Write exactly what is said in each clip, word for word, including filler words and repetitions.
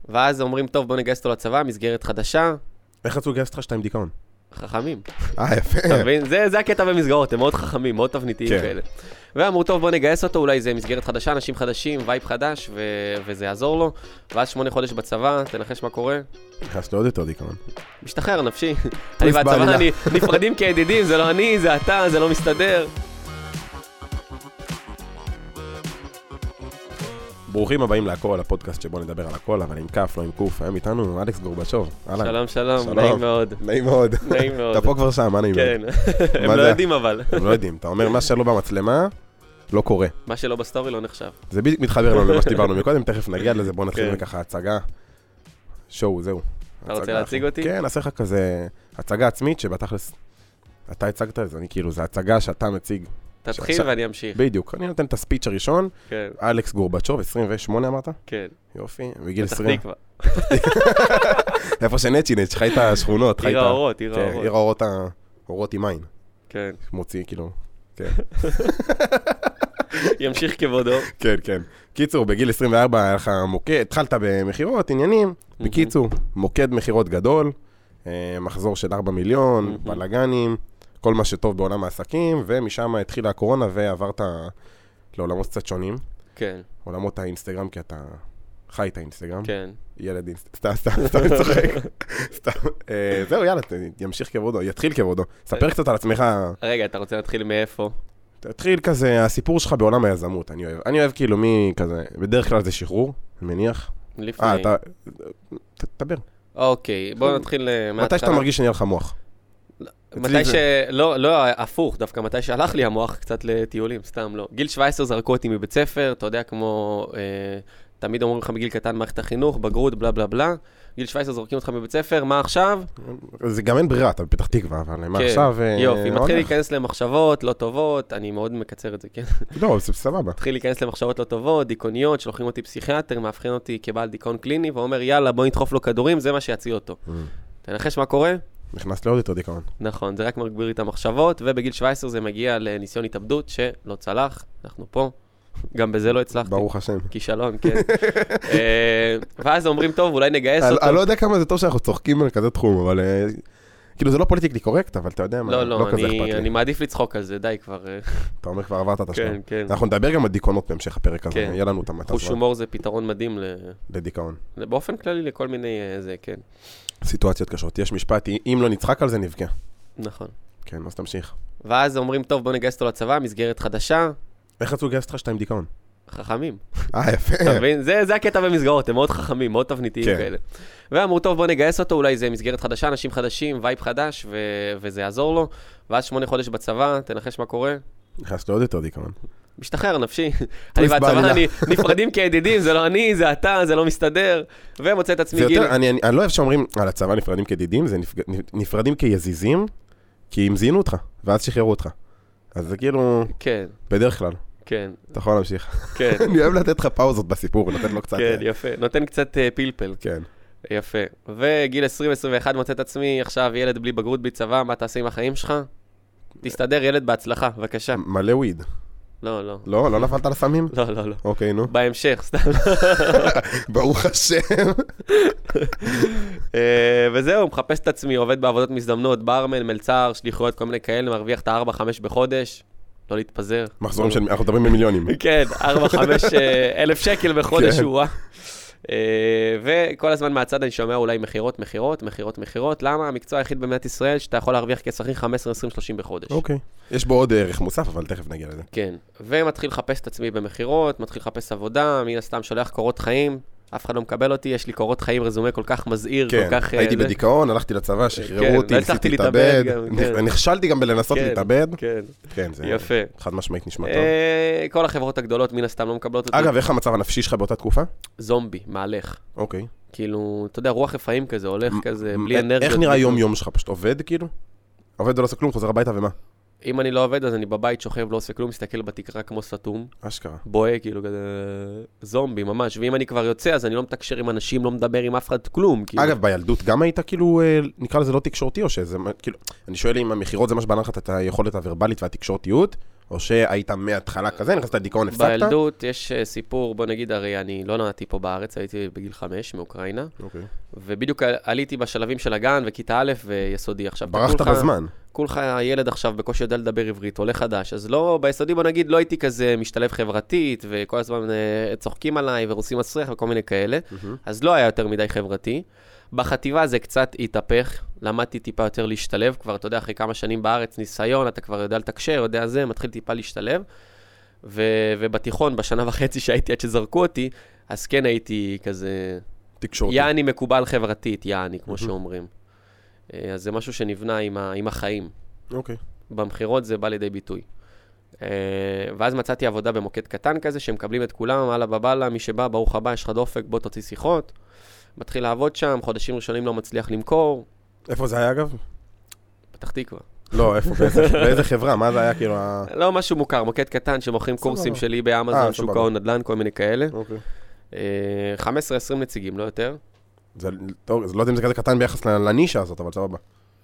ואז אומרים, טוב, בוא נגייס אותו לצבא, מסגרת חדשה. איך רצו לגייס אותך שאתה עם דיכאון? חכמים. אה, יפה. אתה מבין? זה, זה הקטע במסגרות, הם מאוד חכמים, מאוד תבניתיים כן. כאלה. ואמרו, טוב, בוא נגייס אותו, אולי זה מסגרת חדשה, אנשים חדשים, וייב חדש, ו... וזה יעזור לו. ואז שמונה חודש בצבא, תנחש מה קורה. נכנס לו עוד יותר דיכאון. משתחרר, נפשי. אני והצבא, אני נפרדים כידידים, זה לא אני, זה אתה, זה לא מסתדר. ברוכים הבאים להכל, הפודקאסט שבו נדבר על הכל, אבל עם כף, לא עם קוף. היום איתנו אלכס גורבצ'וב. שלום, שלום, נעים מאוד. נעים מאוד. נעים מאוד. אתה פה כבר שם, מה נעים מאוד? כן, הם לא יודעים אבל. הם לא יודעים, אתה אומר, מה שלא במצלמה, לא קורה. מה שלא בסטורי לא נחשב. זה בדיוק מתחבר לנו למה שדיברנו מקודם, תכף נגיע לזה, בוא נתחיל מככה הצגה. שואו, זהו. אתה רוצה להציג אותי? כן, נעשה לך כזה הצגה עצמית שבתכלס, אתה הצגת את זה, אני כאילו, זה הצגה שאתה מציג. תתחיל ואני אמשיך. בדיוק, אני נותן את הספיץ' הראשון, אלכס גורבצ'וב, עשרים ושמונה אמרת? כן. יופי, בגיל עשרים. פתח תקווה. איפה שנצ'י, נצ' חי את השכונות. עיר האורות, עיר האורות. עיר האורות, האורות עם מים. כן. מוציא, כאילו, כן. ימשיך כבודו. כן, כן. קיצור, בגיל עשרים וארבע היה לך מוקד, התחלת במחירות, עניינים. בקיצור, מוקד מחירות גדול, מחזור של ארבעה מיליון, בלגנים. כל מה שטוב בעולם העסקים, ומשם התחילה הקורונה ועברת לעולמות קצת שונים. כן. עולמות האינסטגרם, כי אתה חי את האינסטגרם. כן. ילד אינסטגרם, סתם, סתם, סתם צוחק. סתם. זהו, יאללה, ימשיך כבודו, יתחיל כבודו. ספר קצת על עצמך. רגע, אתה רוצה להתחיל מאיפה? תתחיל כזה, הסיפור שלך בעולם היזמות, אני אוהב. אני אוהב כאילו מי כזה, בדרך כלל זה שחרור, אני מניח. לפני. אה, אתה, תדבר. אוקיי, בוא נתחיל מההתחלה. מתי שאתה מרגיש שנהיה לך מוח? מתי ש... לא, לא, הפוך, דווקא מתי שהלך לי המוח קצת לטיולים, סתם לא. גיל שבע עשרה זרקו אותי מבית ספר, אתה יודע, כמו, אה, תמיד אומרים לך בגיל קטן מערכת החינוך, בגרות, בלה בלה בלה. גיל שבע עשרה זורקים אותך מבית ספר, מה עכשיו? זה גם אין ברירה, אתה בפתח תקווה, אבל מה כן, עכשיו? יופי, מתחיל להיכנס למחשבות לא טובות, אני מאוד מקצר את זה, כן? לא, זה סבבה. מתחיל להיכנס למחשבות לא טובות, דיכאוניות, שלוחים אותי פסיכיאטר, מאבחן אותי כבעל דיכאון קליני, ואומר, יאללה, בוא נדחוף לו כדורים, זה מה שיציל אותו. תנחש מה קורה? נכנס לעוד יותר דיכאון. נכון, זה רק מגביר את המחשבות, ובגיל שבע עשרה זה מגיע לניסיון התאבדות שלא צלח, אנחנו פה, גם בזה לא הצלחתי. ברוך השם. כישלון, כן. ואז אומרים, טוב, אולי נגייס אותו. אני לא יודע כמה זה טוב שאנחנו צוחקים על כזה תחום, אבל כאילו זה לא פוליטיקלי קורקט, אבל אתה יודע מה, לא, לא, אני מעדיף לצחוק על זה, די כבר. אתה אומר כבר עברת את השלב. כן, כן. אנחנו נדבר גם על דיכאונות בהמשך הפרק הזה, יהיה לנו את המטרה. חוש הומור זה פתרון מדהים לדיכאון. באופן כללי לכל מיני זה, כן. סיטואציות קשות. יש משפט, אם לא נצחק על זה, נבכה. נכון. כן, אז תמשיך. ואז אומרים, טוב, בוא נגייס אותו לצבא, מסגרת חדשה. איך רצו לגייס אותך שאתה עם דיכאון? חכמים. אה, יפה. אתה מבין? זה, זה הקטע במסגרות, הם מאוד חכמים, מאוד תבניתיים כן. כאלה. ואמרו, טוב, בוא נגייס אותו, אולי זה מסגרת חדשה, אנשים חדשים, וייב חדש, ו... וזה יעזור לו. ואז שמונה חודש בצבא, תנחש מה קורה. נכנס לו עוד יותר דיכאון. משתחרר, נפשי. אני והצבא, אני נפרדים כידידים, זה לא אני, זה אתה, זה לא מסתדר. ומוצא את עצמי גיל. יותר, אני, אני, אני לא אוהב שאומרים על הצבא נפרדים כידידים, זה נפג... נפרדים כיזיזים, כי הם זינו אותך, ואז שחררו אותך. אז זה כאילו... כן. בדרך כלל. כן. אתה יכול להמשיך. כן. אני אוהב לתת לך פאוזות בסיפור, לתת לו קצת... כן, יפה. נותן קצת פלפל. כן. יפה. וגיל עשרים עשרים ואחת מוצא את עצמי, עכשיו ילד בלי בגרות, בלי צבא, מה תעשה עם החיים שלך? תסתדר ילד בהצלחה, בבקשה. מלא וויד. לא, לא. לא? לא נפלת על הסמים? לא, לא, לא. אוקיי, נו. בהמשך, סתם. ברוך השם. וזהו, מחפש את עצמי, עובד בעבודות מזדמנות, ברמן, מלצר, שליחויות, כל מיני כאלה, מרוויח את ה-ארבע חמש בחודש. לא להתפזר. מחזורים של, אנחנו מדברים במיליונים. כן, ארבע חמש אלף שקל בחודש הוא. וכל הזמן מהצד אני שומע אולי מחירות, מחירות, מחירות, מחירות. למה? המקצוע היחיד במדינת ישראל שאתה יכול להרוויח כשכיר חמש עשרה, עשרים, שלושים בחודש. אוקיי. יש בו עוד ערך מוסף, אבל תכף נגיע לזה. כן. ומתחיל לחפש את עצמי במחירות, מתחיל לחפש עבודה, מן הסתם שולח קורות חיים. אף אחד לא מקבל אותי, יש לי קורות חיים, רזומה כל כך מזהיר, כל כך... כן, הייתי בדיכאון, הלכתי לצבא, שחררו אותי, ניסיתי להתאבד. נכשלתי גם בלנסות להתאבד. כן, כן, זה יפה. חד משמעית נשמע טוב. כל החברות הגדולות מן הסתם לא מקבלות אותי. אגב, איך המצב הנפשי שלך באותה תקופה? זומבי, מהלך. אוקיי. כאילו, אתה יודע, רוח רפאים כזה, הולך כזה, בלי אנרגיות. איך נראה יום-יום שלך? פשוט עובד כאילו? עובד ולא עושה כלום, חוזר הביתה ומה? אם אני לא עובד, אז אני בבית שוכב, לא עושה כלום, מסתכל בתקרה כמו סתום. אשכרה. בואה, כאילו, כזה זומבי, ממש. ואם אני כבר יוצא, אז אני לא מתקשר עם אנשים, לא מדבר עם אף אחד כלום. אגב, בילדות גם היית כאילו, נקרא לזה לא תקשורתי, או שזה, כאילו, אני שואל אם המחירות זה מה שבנה לך את היכולת הוורבלית והתקשורתיות, או שהיית מההתחלה כזה, נכנסת לדיכאון, הפסקת? בילדות יש סיפור, בוא נגיד, הרי אני לא נולדתי פה בארץ, הייתי בגיל חמש מאוקראינה, אוקיי. ובדיוק עליתי בשלבים של הגן וכיתה א' ויסודי. עכשיו, ברחת כולך, בזמן. כולך ילד עכשיו בקושי יודע לדבר עברית, עולה חדש, אז לא, ביסודי בוא נגיד, לא הייתי כזה משתלב חברתית, וכל הזמן uh, צוחקים עליי ורוסים מסריח וכל מיני כאלה, mm-hmm. אז לא היה יותר מדי חברתי. בחטיבה זה קצת התהפך, למדתי טיפה יותר להשתלב, כבר אתה יודע, אחרי כמה שנים בארץ, ניסיון, אתה כבר יודע לתקשר, יודע זה, מתחיל טיפה להשתלב, ו- ובתיכון, בשנה וחצי שהייתי עד שזרקו אותי, אז כן הייתי כזה... תקשורתי. יעני מקובל חברתית, יעני, כמו שאומרים. אז זה משהו שנבנה עם, ה- עם החיים. אוקיי. במחירות זה בא לידי ביטוי. ואז מצאתי עבודה במוקד קטן כזה, שמקבלים את כולם, הלאה בבאללה, מי שבא, ברוך הבא, יש לך דופק, בוא תוציא שיחות. מתחיל לעבוד שם, חודשים ראשונים לא מצליח למכור. איפה זה היה אגב? פתח תקווה. לא, איפה? באיזה, באיזה חברה? מה זה היה כאילו ה... לא, משהו מוכר, מוקד קטן שמוכרים קורסים שלי באמזון, שוק ההון, נדל"ן, כל מיני כאלה. אוקיי. חמש עשרה עשרים נציגים, לא יותר. זה, טוב, לא יודע אם זה כזה קטן ביחס לנישה הזאת, אבל סבבה.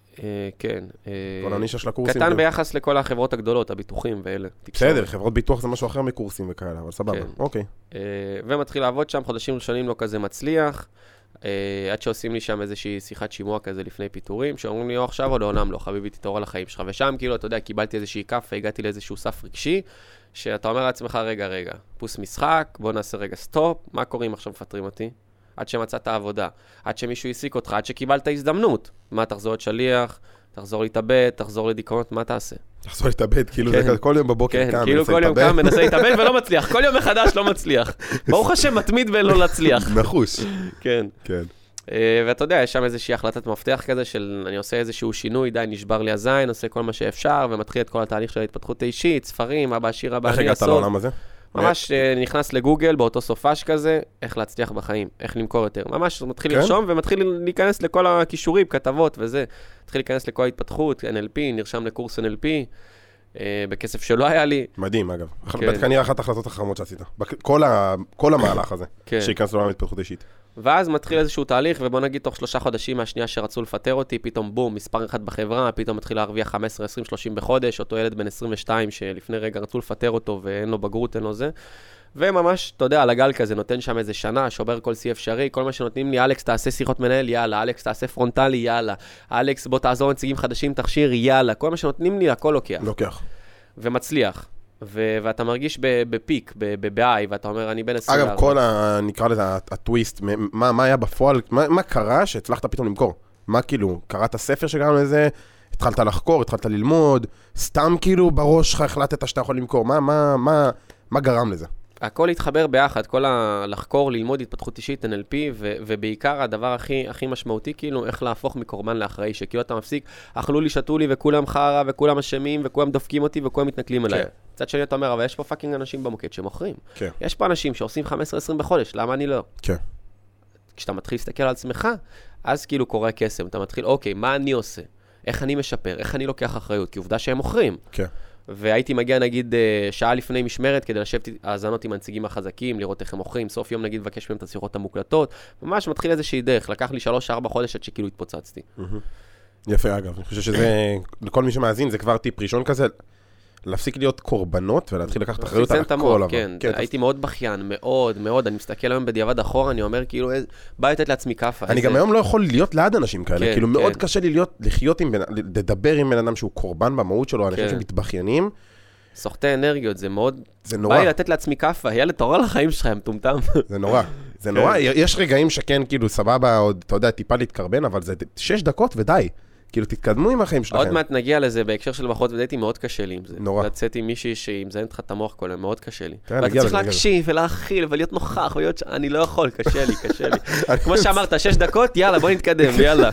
כן. כל הנישה של הקורסים. קטן ביחס לכל החברות הגדולות, הביטוחים ואלה. בסדר, חברות ביטוח זה משהו אחר מקורסים וכאלה, אבל סבבה. אוקיי. ומתחיל לעבוד שם, חודשים ראשונים לא כזה מצליח. עד שעושים לי שם איזושהי שיחת שימוע כזה לפני פיטורים, שאומרים לי, או עכשיו או לעולם לא, חביבי, תתעורר על החיים שלך. ושם, כאילו, אתה יודע, קיבלתי איזושהי כף, והגעתי לאיזשהו סף רגשי, שאתה אומר לעצמך, רגע, רגע, פוס משחק, בוא נעשה רגע סטופ, מה קוראים עכשיו מפטרים אותי? עד שמצאת העבודה, עד שמישהו יסיק אותך, עד שקיבלת הזדמנות. מה, תחזור את שליח, תחזור להתאבד, תחזור לדיכאונות, מה תעשה? תחזור להתאבד, כאילו זה כל יום בבוקר קם, כאילו כל יום קם, מנסה להתאבד ולא מצליח, כל יום מחדש לא מצליח. ברוך השם, מתמיד ולא להצליח. נחוש. כן. כן. ואתה יודע, יש שם איזושהי החלטת מפתח כזה של אני עושה איזשהו שינוי, די, נשבר לי הזין, עושה כל מה שאפשר, ומתחיל את כל התהליך של ההתפתחות האישית, ספרים, אבא עשיר, אבא אני איך הגעת לעולם הזה? ממש נכנס לגוגל באותו סופש כזה, איך להצליח בחיים, איך למכור יותר. ממש מתחיל לרשום ומתחיל להיכנס לכל הכישורים, כתבות וזה. מתחיל להיכנס לכל ההתפתחות, אן אל פי, נרשם לקורס אן אל פי, בכסף שלא היה לי. מדהים, אגב. כנראה אחת ההחלטות החכמות שעשית. כל המהלך הזה, שיכנס לעולם התפתחות אישית. ואז מתחיל איזשהו תהליך, ובוא נגיד תוך שלושה חודשים מהשנייה שרצו לפטר אותי, פתאום בום, מספר אחד בחברה, פתאום מתחיל להרוויח חמש עשרה, עשרים, שלושים בחודש, אותו ילד בן עשרים ושתיים שלפני רגע רצו לפטר אותו ואין לו בגרות, אין לו זה. וממש, אתה יודע, על הגל כזה, נותן שם איזה שנה, שובר כל שיא אפשרי, כל מה שנותנים לי, אלכס, תעשה שיחות מנהל, יאללה, אלכס, תעשה פרונטלי, יאללה, אלכס, בוא תעזור נציגים חדשים, תכשיר, יאללה, כל מה שנותנים לי, הכל לוקח. לוקח. ומצליח. ו- ואתה מרגיש בפיק, ב-איי, ואתה אומר, אני בן עשרים וארבע. אגב, כל ה... נקרא לזה הטוויסט, מה, מה היה בפועל, מה, מה קרה שהצלחת פתאום למכור? מה כאילו, קראת ספר שגרם לזה, התחלת לחקור, התחלת ללמוד, סתם כאילו בראש שלך החלטת שאתה יכול למכור, מה, מה, מה, מה גרם לזה? הכל התחבר ביחד, כל הלחקור, ללמוד התפתחות אישית, אן אל פי, ו- ובעיקר הדבר הכי, הכי משמעותי, כאילו, איך להפוך מקורבן לאחראי, שכאילו אתה מפסיק, אכלו לי, שתו לי, וכולם חרה, וכולם אשמים, וכולם דופקים אותי, וכולם מתנכלים אליי. קצת שני אתה אומר, אבל יש פה פאקינג אנשים במוקד שמוכרים. כן. יש פה אנשים שעושים חמש עשרה עשרים בחודש, למה אני לא? כן. כשאתה מתחיל להסתכל על עצמך, אז כאילו קורה קסם, אתה מתחיל, אוקיי, מה אני עושה? איך אני משפר? איך אני לוקח אחריות? כי עובדה שהם מוכרים. כן. והייתי מגיע נגיד שעה לפני משמרת כדי לשבת האזנות עם הנציגים החזקים, לראות איך הם מוכרים, סוף יום נגיד לבקש מהם את השיחות המוקלטות, ממש מתחיל איזושהי דרך, לקח לי שלוש ארבע חודש עד שכאילו התפוצצתי. יפה אגב, אני חושב שזה, לכל מי שמאזין זה כבר טיפ ראשון כזה, להפסיק להיות קורבנות ולהתחיל לקחת אחריות על הכל. כן, הייתי מאוד בכיין, מאוד, מאוד, אני מסתכל היום בדיעבד אחורה, אני אומר כאילו, בא לתת לעצמי כפה. אני גם היום לא יכול להיות ליד אנשים כאלה, כאילו מאוד קשה לי לחיות עם, לדבר עם בן אדם שהוא קורבן במהות שלו, אנשים שמתבכיינים. סוחטי אנרגיות, זה מאוד... זה נורא. בא לי לתת לעצמי כפה, ילד, תורה לחיים שלך, הם טומטם. זה נורא, זה נורא. יש רגעים שכן, כאילו, סבבה, עוד, אתה יודע, טיפה להתקרבן, אבל זה שש דקות ודי. כאילו, תתקדמו עם החיים שלכם. עוד מעט נגיע לזה, בהקשר של בחורות ודייטי, מאוד קשה לי עם זה. נורא. לצאת עם מישהי שהיא מזיינת לך את המוח כל היום, מאוד קשה לי. ואתה צריך להקשיב ולהכיל ולהיות נוכח, ולהיות ש... אני לא יכול, קשה לי, קשה לי. כמו שאמרת, שש דקות, יאללה, בוא נתקדם, יאללה.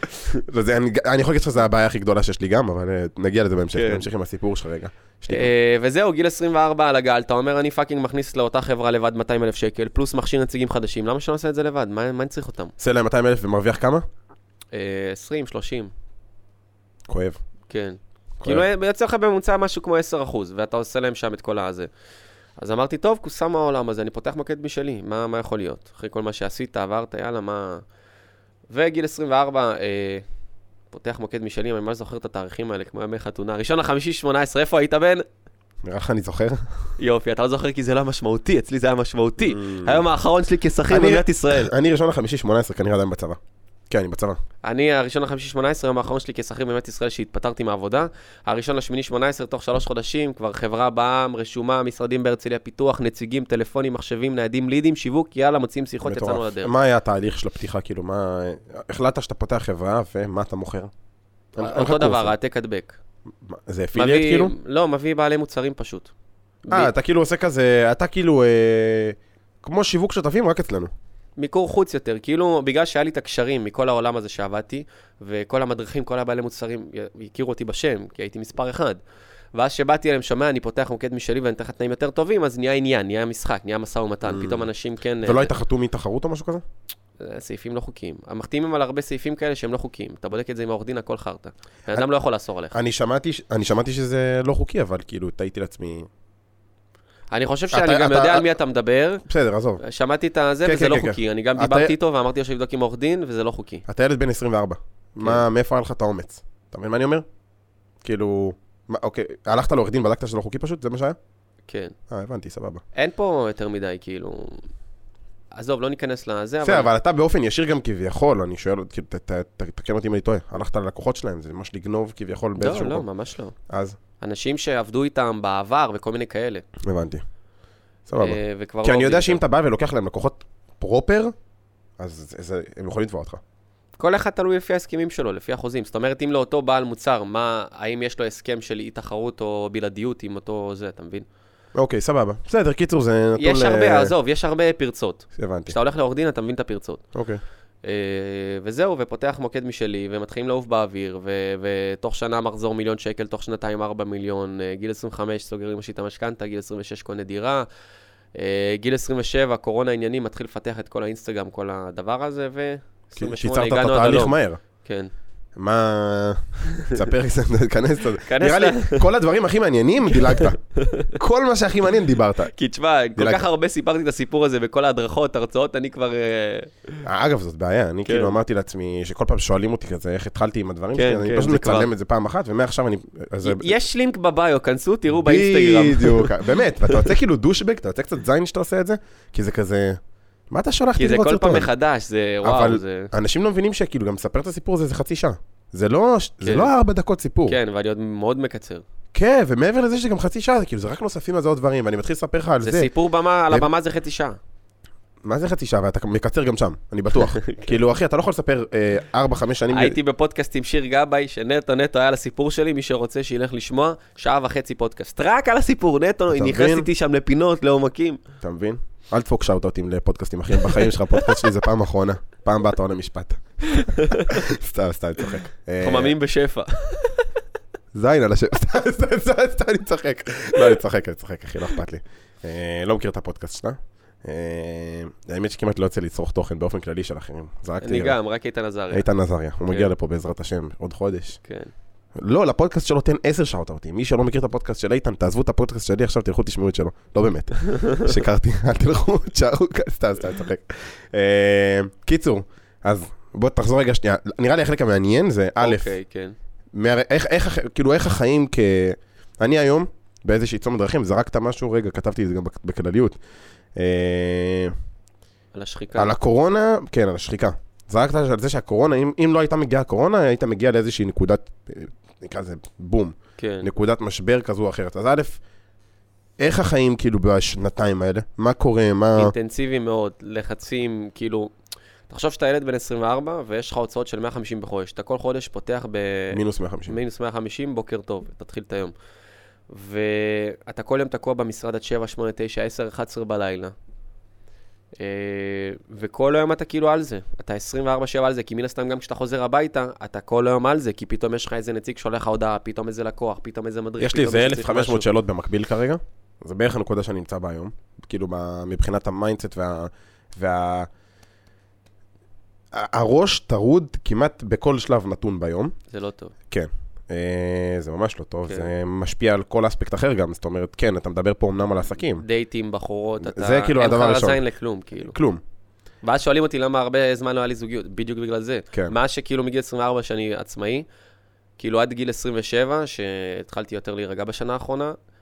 אני יכול להגיד שזה הבעיה הכי גדולה שיש לי גם, אבל נגיע לזה בהמשך, נמשיך עם הסיפור שלך רגע. וזהו, גיל עשרים וארבע על הגל, אתה אומר, אני פאקינג מכניס לאותה חברה לבד מאתיים אלף שקל, פלוס מכשיר נציגים חדשים. למה שאני עושה את זה לבד? מה אני צריך אותם? עושה להם מאתיים אלף ומרוויח כמה? עשרים, שלושים. כואב. כן. כאילו, יוצא לך בממוצע משהו כמו עשרה אחוז, ואתה עושה להם שם את כל הזה. אז אמרתי, טוב, קוסם העולם הזה, אני פותח מוקד משלי, מה, מה יכול להיות? אחרי כל מה שעשית, עברת, יאללה, מה... וגיל עשרים וארבע, אה, פותח מוקד משלי, אני ממש זוכר את התאריכים האלה, כמו ימי חתונה. ראשון לחמישי שמונה עשרה, איפה היית בן? נראה לך אני זוכר? יופי, אתה לא זוכר כי זה לא משמעותי, אצלי זה היה משמעותי. היום האחרון שלי כשכיר במדינת ישראל. אני ראשון לחמישי שמונה עשרה, כנראה עדיין בצבא. כן, אני בצבא. אני הראשון לחמישי שמונה עשרה, היום האחרון שלי כשכיר במדינת ישראל שהתפטרתי מהעבודה. הראשון לשמיני שמונה עשרה, תוך שלוש חודשים, כבר חברה בעם, רשומה, משרדים בהרצליה פיתוח, נציגים, טלפונים, מחשבים, ניידים, לידים, שיווק, יאללה, מוציאים שיחות, יצאנו לדרך. מה היה התהליך של הפתיחה? כאילו, מה... החלטת שאתה פותח חברה, ומה אתה מוכר? אותו דבר, העתק הדבק. זה אפילייט כאילו? לא, מביא בעלי מוצרים פשוט. אה, אתה כאילו עושה כזה, אתה כאילו, כמו שיווק שותפים רק אצלנו. מיקור חוץ יותר, כאילו בגלל שהיה לי את הקשרים מכל העולם הזה שעבדתי, וכל המדריכים, כל הבעלי מוצרים הכירו אותי בשם, כי הייתי מספר אחד. ואז שבאתי אליהם, שומע, אני פותח מוקד משלי ואני תחת תנאים יותר טובים, אז נהיה עניין, נהיה משחק, נהיה מסע ומתן. פתאום אנשים כן... ולא היית חתום מתחרות או משהו כזה? סעיפים לא חוקיים. המחתימים על הרבה סעיפים כאלה שהם לא חוקיים. אתה בודק את זה עם העורך דין, הכל חרטה. האדם לא יכול לאסור עליך. אני שמעתי, אני שמעתי שזה לא חוקי, אבל כאילו, תהיתי לעצמי... אני חושב שאני גם יודע על מי אתה מדבר. בסדר, עזוב. שמעתי את זה וזה לא חוקי. אני גם דיברתי איתו ואמרתי לו שיבדוק עם עורך דין וזה לא חוקי. אתה ילד בן עשרים וארבע. מאיפה היה לך את האומץ? אתה מבין מה אני אומר? כאילו, אוקיי, הלכת לעורך דין, בדקת שזה לא חוקי פשוט? זה מה שהיה? כן. אה, הבנתי, סבבה. אין פה יותר מדי, כאילו... עזוב, לא ניכנס לזה, אבל... אבל אתה באופן ישיר גם כביכול, אני שואל, תקן אותי אם אני טועה, הלכת ללקוחות שלהם, זה ממש לגנוב כביכול באיזשהו... לא, לא, ממש לא. אז? אנשים שעבדו איתם בעבר וכל מיני כאלה. הבנתי. סבבה. כי אני יודע שאם אתה בא ולוקח להם לקוחות פרופר, אז הם יכולים לתבוע אותך. כל אחד תלוי לפי ההסכמים שלו, לפי החוזים. זאת אומרת, אם לאותו בעל מוצר, מה, האם יש לו הסכם של אי תחרות או בלעדיות עם אותו זה, אתה מבין? אוקיי, סבבה. בסדר, קיצור, זה נתון ל... יש הרבה, עזוב, יש הרבה פרצות. הבנתי. כשאתה הולך לעורך דין, אתה מבין את הפרצות. אוקיי. וזהו, ופותח מוקד משלי, ומתחילים לעוף באוויר, ותוך שנה מחזור מיליון שקל, תוך שנתיים ארבע מיליון, גיל עשרים וחמש סוגרים משית המשכנתה, גיל עשרים ושש קונה דירה, גיל עשרים ושבע, קורונה עניינים, מתחיל לפתח את כל האינסטגרם, כל הדבר הזה, ו-עשרים ושמונה הגענו עד הלום. קיצרת את התהליך מהר. כן. מה... תספר, כנס את זה. נראה לי, כל הדברים הכי מעניינים דילגת. כל מה שהכי מעניין דיברת. כי תשמע, כל כך הרבה סיפרתי את הסיפור הזה בכל ההדרכות, הרצאות, אני כבר... אגב, זאת בעיה. אני כאילו אמרתי לעצמי, שכל פעם שואלים אותי כזה, איך התחלתי עם הדברים שלי, אני פשוט מצלם את זה פעם אחת, ומעכשיו אני... יש לינק בביו, כנסו, תראו באינסטגרם. בדיוק, באמת. ואתה רוצה כאילו דושבק, אתה רוצה קצת זין שאתה עושה את זה, כי זה כזה... מה אתה שולח? כי זה כל פעם מחדש, זה וואו, זה... אבל אנשים לא מבינים שכאילו גם מספר את הסיפור הזה, זה חצי שעה. זה לא, זה לא ארבע דקות סיפור. כן, ואני עוד מאוד מקצר. כן, ומעבר לזה שגם חצי שעה, כאילו זה רק נוספים על זה עוד דברים, ואני מתחיל לספר לך על זה. זה סיפור במה, על הבמה זה חצי שעה. מה זה חצי שעה? ואתה מקצר גם שם, אני בטוח. כאילו, אחי, אתה לא יכול לספר ארבע, חמש שנים... הייתי בפודקאסט עם שיר גבאי, שנטו נטו היה לסיפור שלי, מי שרוצה שילך לשמוע, שעה וחצי פודקאסט. רק על הסיפור, נטו, נכנס איתי שם לפינות, לעומקים. אתה מבין? אל תפוק שאוטאוטים לפודקאסטים אחרים בחיים שלך, פודקאסט שלי זה פעם אחרונה. פעם באת עונה משפט. סתם, סתם, אני צוחק. חוממים בשפע. זין על השפע. סתם, סתם, סתם, אני צוחק. לא, אני צוחק, אני צוחק, אחי, לא אכפת לי. לא מכיר את הפודקאסט שלה. האמת שכמעט לא יוצא לצרוך תוכן באופן כללי של אחרים. אני גם, רק איתן עזריה. איתן עזריה, הוא מגיע לפה בעזרת השם עוד חודש. כן. לא, לפודקאסט שלו תן עשר שעות אותי. מי שלא מכיר את הפודקאסט של איתן, תעזבו את הפודקאסט שלי, עכשיו תלכו תשמעו את שלו. לא באמת. שקרתי, אל תלכו, תשארו, סתם, סתם, צוחק. קיצור, אז בוא תחזור רגע שנייה. נראה לי החלק המעניין זה א', כאילו איך החיים כ... אני היום, באיזושהי צומת דרכים, זרקת משהו, רגע, כתבתי את זה גם בכלליות. על השחיקה. על הקורונה, כן, על השחיקה. זרקת על זה שהקורונה, אם, אם לא הייתה מגיעה הקורונה, היית מגיע לאיזושהי נקודת, נקרא זה בום, כן. נקודת משבר כזו או אחרת. אז א', איך החיים כאילו בשנתיים האלה? מה קורה? מה... אינטנסיבי מאוד, לחצים, כאילו, תחשוב שאתה ילד בן עשרים וארבע, ויש לך הוצאות של מאה וחמישים בחודש. אתה כל חודש פותח ב... מינוס מאה וחמישים. מינוס מאה וחמישים, בוקר טוב, תתחיל את היום. ואתה כל יום תקוע במשרד עד שבע, שמונה, תשע, עשר, אחת עשרה בלילה. וכל היום אתה כאילו על זה, אתה עשרים וארבע שבע על זה, כי מן הסתם גם כשאתה חוזר הביתה, אתה כל היום על זה, כי פתאום יש לך איזה נציג שולח הודעה, פתאום איזה לקוח, פתאום איזה מדריך. יש לי איזה אלף וחמש מאות שאלות במקביל כרגע, זה בערך הנקודה שאני נמצא בה היום, כאילו מבחינת המיינדסט וה... וה... הראש טרוד כמעט בכל שלב נתון ביום. זה לא טוב. כן. זה ממש לא טוב, זה משפיע על כל אספקט אחר גם, זאת אומרת, כן, אתה מדבר פה אמנם על עסקים. דייטים, בחורות, אתה... זה כאילו הדבר הראשון. אין לך לזין לכלום, כאילו. כלום. ואז שואלים אותי למה הרבה זמן לא היה לי זוגיות, בדיוק בגלל זה. כן. מה שכאילו מגיל עשרים וארבע שאני עצמאי, כאילו עד גיל עשרים ושבע, שהתחלתי יותר להירגע בשנה האחרונה,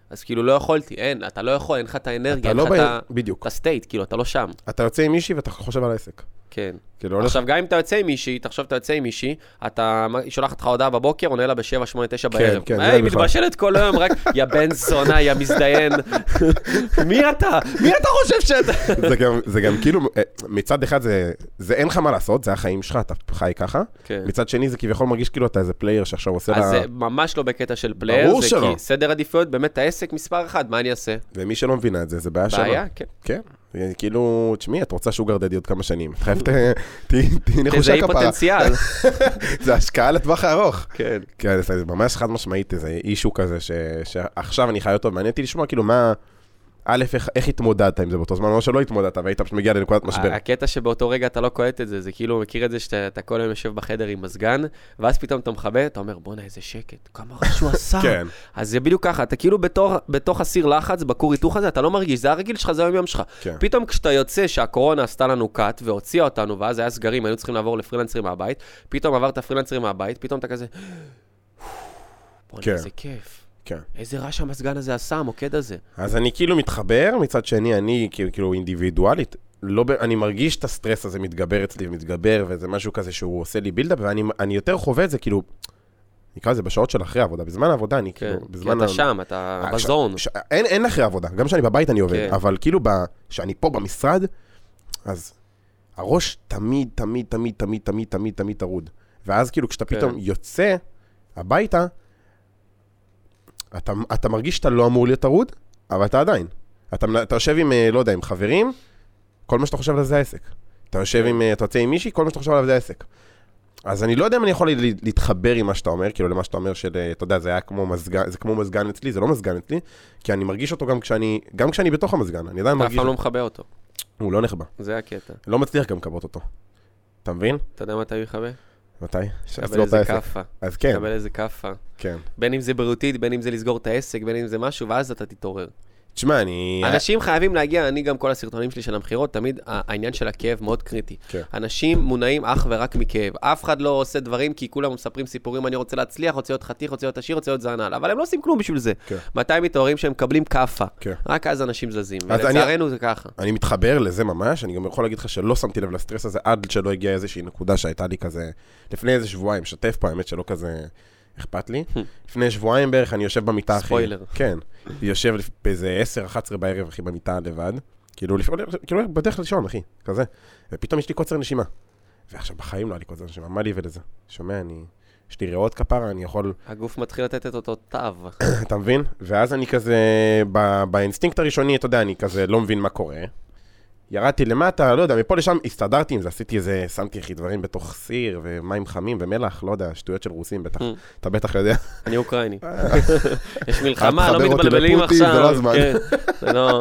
אז כאילו לא יכולתי, אין, אתה לא יכול, אין לך את האנרגיה, אתה אין לא לך ב... בדיוק. את הסטייט, כאילו, אתה לא שם. אתה יוצא עם מישהי ואתה חושב על העסק. כן. כאילו, עכשיו, גם אם אתה יוצא עם מישהי, תחשוב אתה יוצא עם מישהי, אתה שולח אותך הודעה בבוקר, עונה לה בשבע, שמונה, תשע בערב. כן, היי, מתבשלת כל היום, רק, יא בן זונה, יא מזדיין. מי אתה? מי אתה חושב שאתה? זה גם, זה גם כאילו, מצד אחד זה, זה אין לך מה לעשות, זה החיים שלך, אתה חי ככה. כן. מצד שני זה כביכול מרגיש כאילו אתה איזה פלייר שעכשיו עושה לה... אז זה ממש לא בקטע של פלייר, ברור זה שלא. כי סדר עדיפויות, באמת העסק מספר אחד, מה אני אעשה? ומי שלא מבינה את זה, זה בעיה שלו. בעיה, כן. כן. כאילו, תשמעי, את רוצה שוגר דדי עוד כמה שנים. את חייבת, תהי נחושה כפרה. תזהי פוטנציאל. זה השקעה לטווח הארוך. כן. כן, זה ממש חד משמעית, זה אישו כזה, שעכשיו אני חי אותו, מעניין אותי לשמוע, כאילו, מה... א', איך, איך התמודדת עם זה באותו זמן, או שלא התמודדת, והיית פשוט מגיע לנקודת משבר. הקטע שבאותו רגע אתה לא קולט את זה, זה כאילו, מכיר את זה שאתה כל היום יושב בחדר עם מזגן, ואז פתאום אתה מכבה, אתה אומר, בוא'נה, איזה שקט, כמה רעש הוא עשה. כן. אז זה בדיוק ככה, אתה כאילו בתור, בתוך הסיר לחץ, בקור היתוך הזה, אתה לא מרגיש, זה הרגיל שלך, זה היום יום שלך. כן. פתאום כשאתה יוצא שהקורונה עשתה לנו קאט, והוציאה אותנו, ואז היה סגרים, היינו צריכים לעבור לפרילנסרים מהבית, פתאום עברת פרילנסרים מהבית, פתאום אתה כזה, בוא'נה, כן. איזה כיף. כן. איזה רעש המזגן הזה עשה, המוקד הזה. אז אני כאילו מתחבר, מצד שני, אני כאילו אינדיבידואלית, לא, אני מרגיש את הסטרס הזה מתגבר אצלי ומתגבר, וזה משהו כזה שהוא עושה לי בילדאפ, ואני יותר חווה את זה כאילו, נקרא לזה בשעות של אחרי העבודה, בזמן העבודה אני כאילו, בזמן... כי אתה שם, אתה בזון. אין אחרי העבודה, גם כשאני בבית אני עובד, אבל כאילו כשאני פה במשרד, אז הראש תמיד, תמיד, תמיד, תמיד, תמיד, תמיד, תמיד תרוד. ואז כאילו כשאתה פתאום יוצא הביתה, אתה, אתה מרגיש שאתה לא אמור להיות תרוד, אבל אתה עדיין. אתה, אתה יושב עם, לא יודע, עם חברים, כל מה שאתה חושב עליו זה העסק. אתה יושב עם, אתה יוצא עם מישהי, כל מה שאתה חושב עליו זה העסק. אז אני לא יודע אם אני יכול להתחבר עם מה שאתה אומר, כאילו למה שאתה אומר של, אתה יודע, זה היה כמו מזגן, זה כמו מזגן אצלי, זה לא מזגן אצלי, כי אני מרגיש אותו גם כשאני, גם כשאני בתוך המזגן, אני עדיין מרגיש... אתה אף פעם לא מחבא אותו. הוא לא נחבא. זה הקטע. לא מצליח גם לקבות אותו. אתה מבין? אתה יודע מתי הוא יחבא? מתי? קבל איזה קפה. אז כן. קבל איזה קפה. כן. בין אם זה בריאותית, בין אם זה לסגור את העסק, בין אם זה משהו, ואז אתה תתעורר. תשמע, אני... אנשים חייבים להגיע, אני גם כל הסרטונים שלי של המחירות, תמיד העניין של הכאב מאוד קריטי. כן. אנשים מונעים אך ורק מכאב. אף אחד לא עושה דברים, כי כולם מספרים סיפורים, אני רוצה להצליח, רוצה להיות חתיך, רוצה להיות עשיר, רוצה להיות זנל. אבל הם לא עושים כלום בשביל זה. כן. מתי הם מתעוררים שהם מקבלים קפה? כן. רק אז אנשים זזים. אז ולצערנו אני... זה ככה. אני מתחבר לזה ממש, אני גם יכול להגיד לך שלא שמתי לב לסטרס הזה, עד שלא הגיעה איזושהי נקודה שהייתה לי כזה, לפני איזה שבועיים, שתף פה, האמת שלא כזה אכפת לי. לפני שבועיים בערך אני יושב במיטה אחי. ספוילר. כן. יושב באיזה עשר אחת עשרה בערב אחי במיטה לבד. כאילו, כאילו בדרך לישון אחי, כזה. ופתאום יש לי קוצר נשימה. ועכשיו בחיים לא היה לי קוצר נשימה, מה לי ולזה? שומע, אני... יש לי ריאות כפרה, אני יכול... הגוף מתחיל לתת את אותו תו. אתה מבין? ואז אני כזה, באינסטינקט הראשוני, אתה יודע, אני כזה לא מבין מה קורה. ירדתי למטה, לא יודע, מפה לשם הסתדרתי עם זה, עשיתי איזה, שמתי אחי דברים בתוך סיר, ומים חמים ומלח, לא יודע, שטויות של רוסים בטח, אתה בטח יודע. אני אוקראיני. יש מלחמה, לא מתבלבלים עכשיו. זה לא הזמן. זה לא...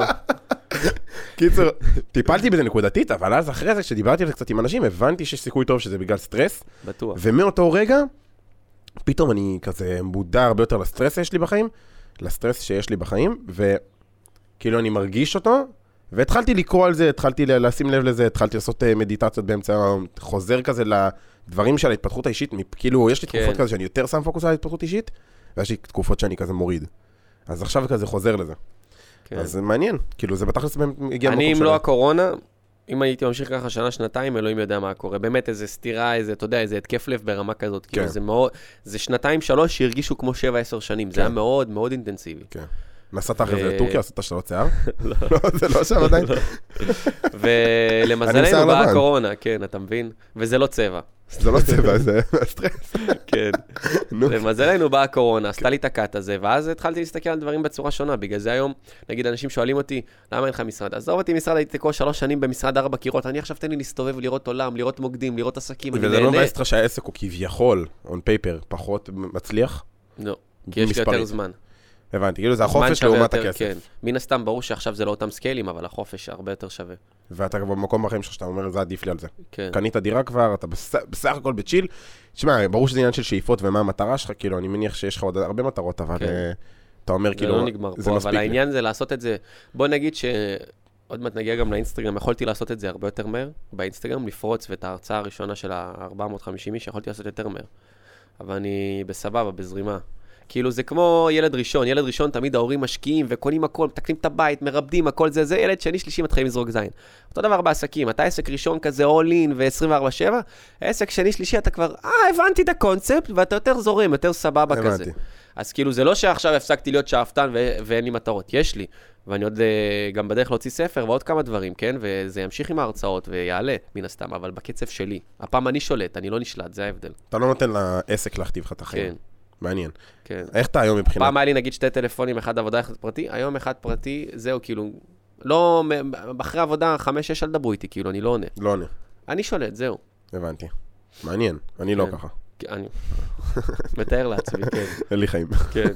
קיצור, טיפלתי בזה נקודתית, אבל אז אחרי זה, כשדיברתי על זה קצת עם אנשים, הבנתי שיש סיכוי טוב שזה בגלל סטרס. בטוח. ומאותו רגע, פתאום אני כזה מודע הרבה יותר לסטרס שיש לי בחיים, לסטרס שיש לי בחיים, וכאילו אני מרגיש אותו, והתחלתי לקרוא על זה, התחלתי לשים לב לזה, התחלתי לעשות מדיטציות באמצע, חוזר כזה לדברים של ההתפתחות האישית, כאילו יש לי תקופות כזה שאני יותר שם פוקוס על ההתפתחות אישית, ויש לי תקופות שאני כזה מוריד. אז עכשיו כזה חוזר לזה. אז זה מעניין, כאילו זה בתכלס הגיע למקום שלה. אני אם לא הקורונה, אם הייתי ממשיך ככה שנה, שנתיים, אלוהים יודע מה קורה. באמת איזה סתירה, איזה, אתה יודע, איזה התקף לב ברמה כזאת. כאילו זה מאוד, זה שנתיים, שלוש שהרגישו כמו שבע, עשר שנים. זה היה מאוד, מאוד אינטנסיבי. כן. נסעת אחרי זה לטורקיה, עשית שלוט שיער? לא. זה לא שם עדיין. ולמזלנו באה הקורונה, כן, אתה מבין? וזה לא צבע. זה לא צבע, זה סטרס. כן. למזלנו באה הקורונה, עשתה לי את הקאט הזה, ואז התחלתי להסתכל על דברים בצורה שונה. בגלל זה היום, נגיד, אנשים שואלים אותי, למה אין לך משרד? אז עזוב אותי משרד, הייתי כל שלוש שנים במשרד ארבע קירות, אני עכשיו תן לי להסתובב, לראות עולם, לראות מוקדים, לראות עסקים, אני וזה לא מבאס לך שהעסק הוא כביכול, on paper, פחות מצליח? לא, כי יש לי יותר זמן. הבנתי, כאילו זה החופש לעומת הכסף. כן. מן הסתם, ברור שעכשיו זה לא אותם סקיילים, אבל החופש הרבה יותר שווה. ואתה במקום בחיים שלך שאתה אומר, זה עדיף לי על זה. כן. קנית דירה כבר, אתה בסך הכל בצ'יל. תשמע, ברור שזה עניין של שאיפות ומה המטרה שלך, כאילו, אני מניח שיש לך עוד הרבה מטרות, אבל אתה אומר, כאילו, זה לא נגמר פה, אבל העניין זה לעשות את זה, בוא נגיד ש... עוד מעט נגיע גם לאינסטגרם, יכולתי לעשות את זה הרבה יותר מהר, באינסטגרם, לפרוץ ואת ההרצאה הראשונה של ה-ארבע מאות וחמישים איש, יכולתי לעשות יותר מהר. אבל אני בסבבה, בזרימה. כאילו זה כמו ילד ראשון, ילד ראשון תמיד ההורים משקיעים וקונים הכל, מתקנים את הבית, מרבדים, הכל זה, זה ילד שני שלישי מתחילים לזרוק זין. אותו דבר בעסקים, אתה עסק ראשון כזה all in ו-עשרים וארבע שבע, עסק שני שלישי אתה כבר, אה, הבנתי את הקונספט, ואתה יותר זורם, יותר סבבה כזה. אז כאילו זה לא שעכשיו הפסקתי להיות שאפתן ו- ואין לי מטרות, יש לי, ואני עוד גם בדרך להוציא ספר ועוד כמה דברים, כן? וזה ימשיך עם ההרצאות ויעלה מן הסתם, אבל בקצב שלי. הפעם אני שולט, אני לא נשלט, זה ההבדל. אתה לא נותן לעסק להכתיב לך את החיים. כן. מעניין. כן. איך אתה היום מבחינת? פעם היה לי נגיד שתי טלפונים, אחד עבודה, אחד פרטי, היום אחד פרטי, זהו כאילו, לא, אחרי עבודה, חמש, שש, אל דברו איתי, כאילו, אני לא עונה. לא עונה. אני שולט, זהו. הבנתי. מעניין, אני לא ככה. אני מתאר לעצמי, כן. אין לי חיים. כן.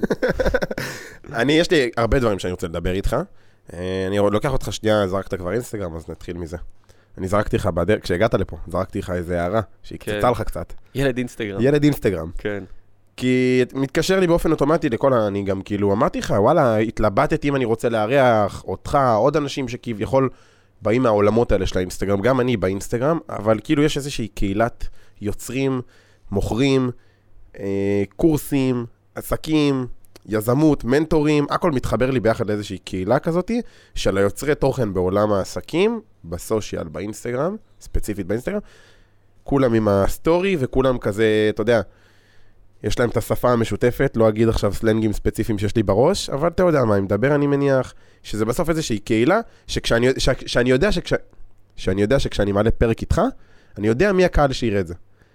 אני, יש לי הרבה דברים שאני רוצה לדבר איתך. אני לוקח אותך שנייה, זרקת כבר אינסטגרם, אז נתחיל מזה. אני זרקתי לך בדרך, כשהגעת לפה, זרקתי לך איזה הערה, שהקצצה לך קצת. ילד אינסטגרם. ילד אינסטגרם. כן. כי מתקשר לי באופן אוטומטי לכל, אני גם כאילו אמרתי לך, וואלה, התלבטתי אם אני רוצה לארח אותך, עוד אנשים שכביכול באים מהעולמות האלה של האינסטגרם, גם אני באינסטגרם, אבל כאילו יש איזושהי קהילת יוצרים, מוכרים, אה, קורסים, עסקים, יזמות, מנטורים, הכל מתחבר לי ביחד לאיזושהי קהילה כזאת, של היוצרי תוכן בעולם העסקים, בסושיאל, באינסטגרם, ספציפית באינסטגרם, כולם עם הסטורי וכולם כזה, אתה יודע, יש להם את השפה המשותפת, לא אגיד עכשיו סלנגים ספציפיים שיש לי בראש, אבל אתה יודע מה, אני מדבר, אני מניח, שזה בסוף איזושהי קהילה, שכשאני, ש, שאני יודע שכש, שאני יודע שכשאני מעלה פרק איתך, אני יודע מי הקהל שיראה את זה.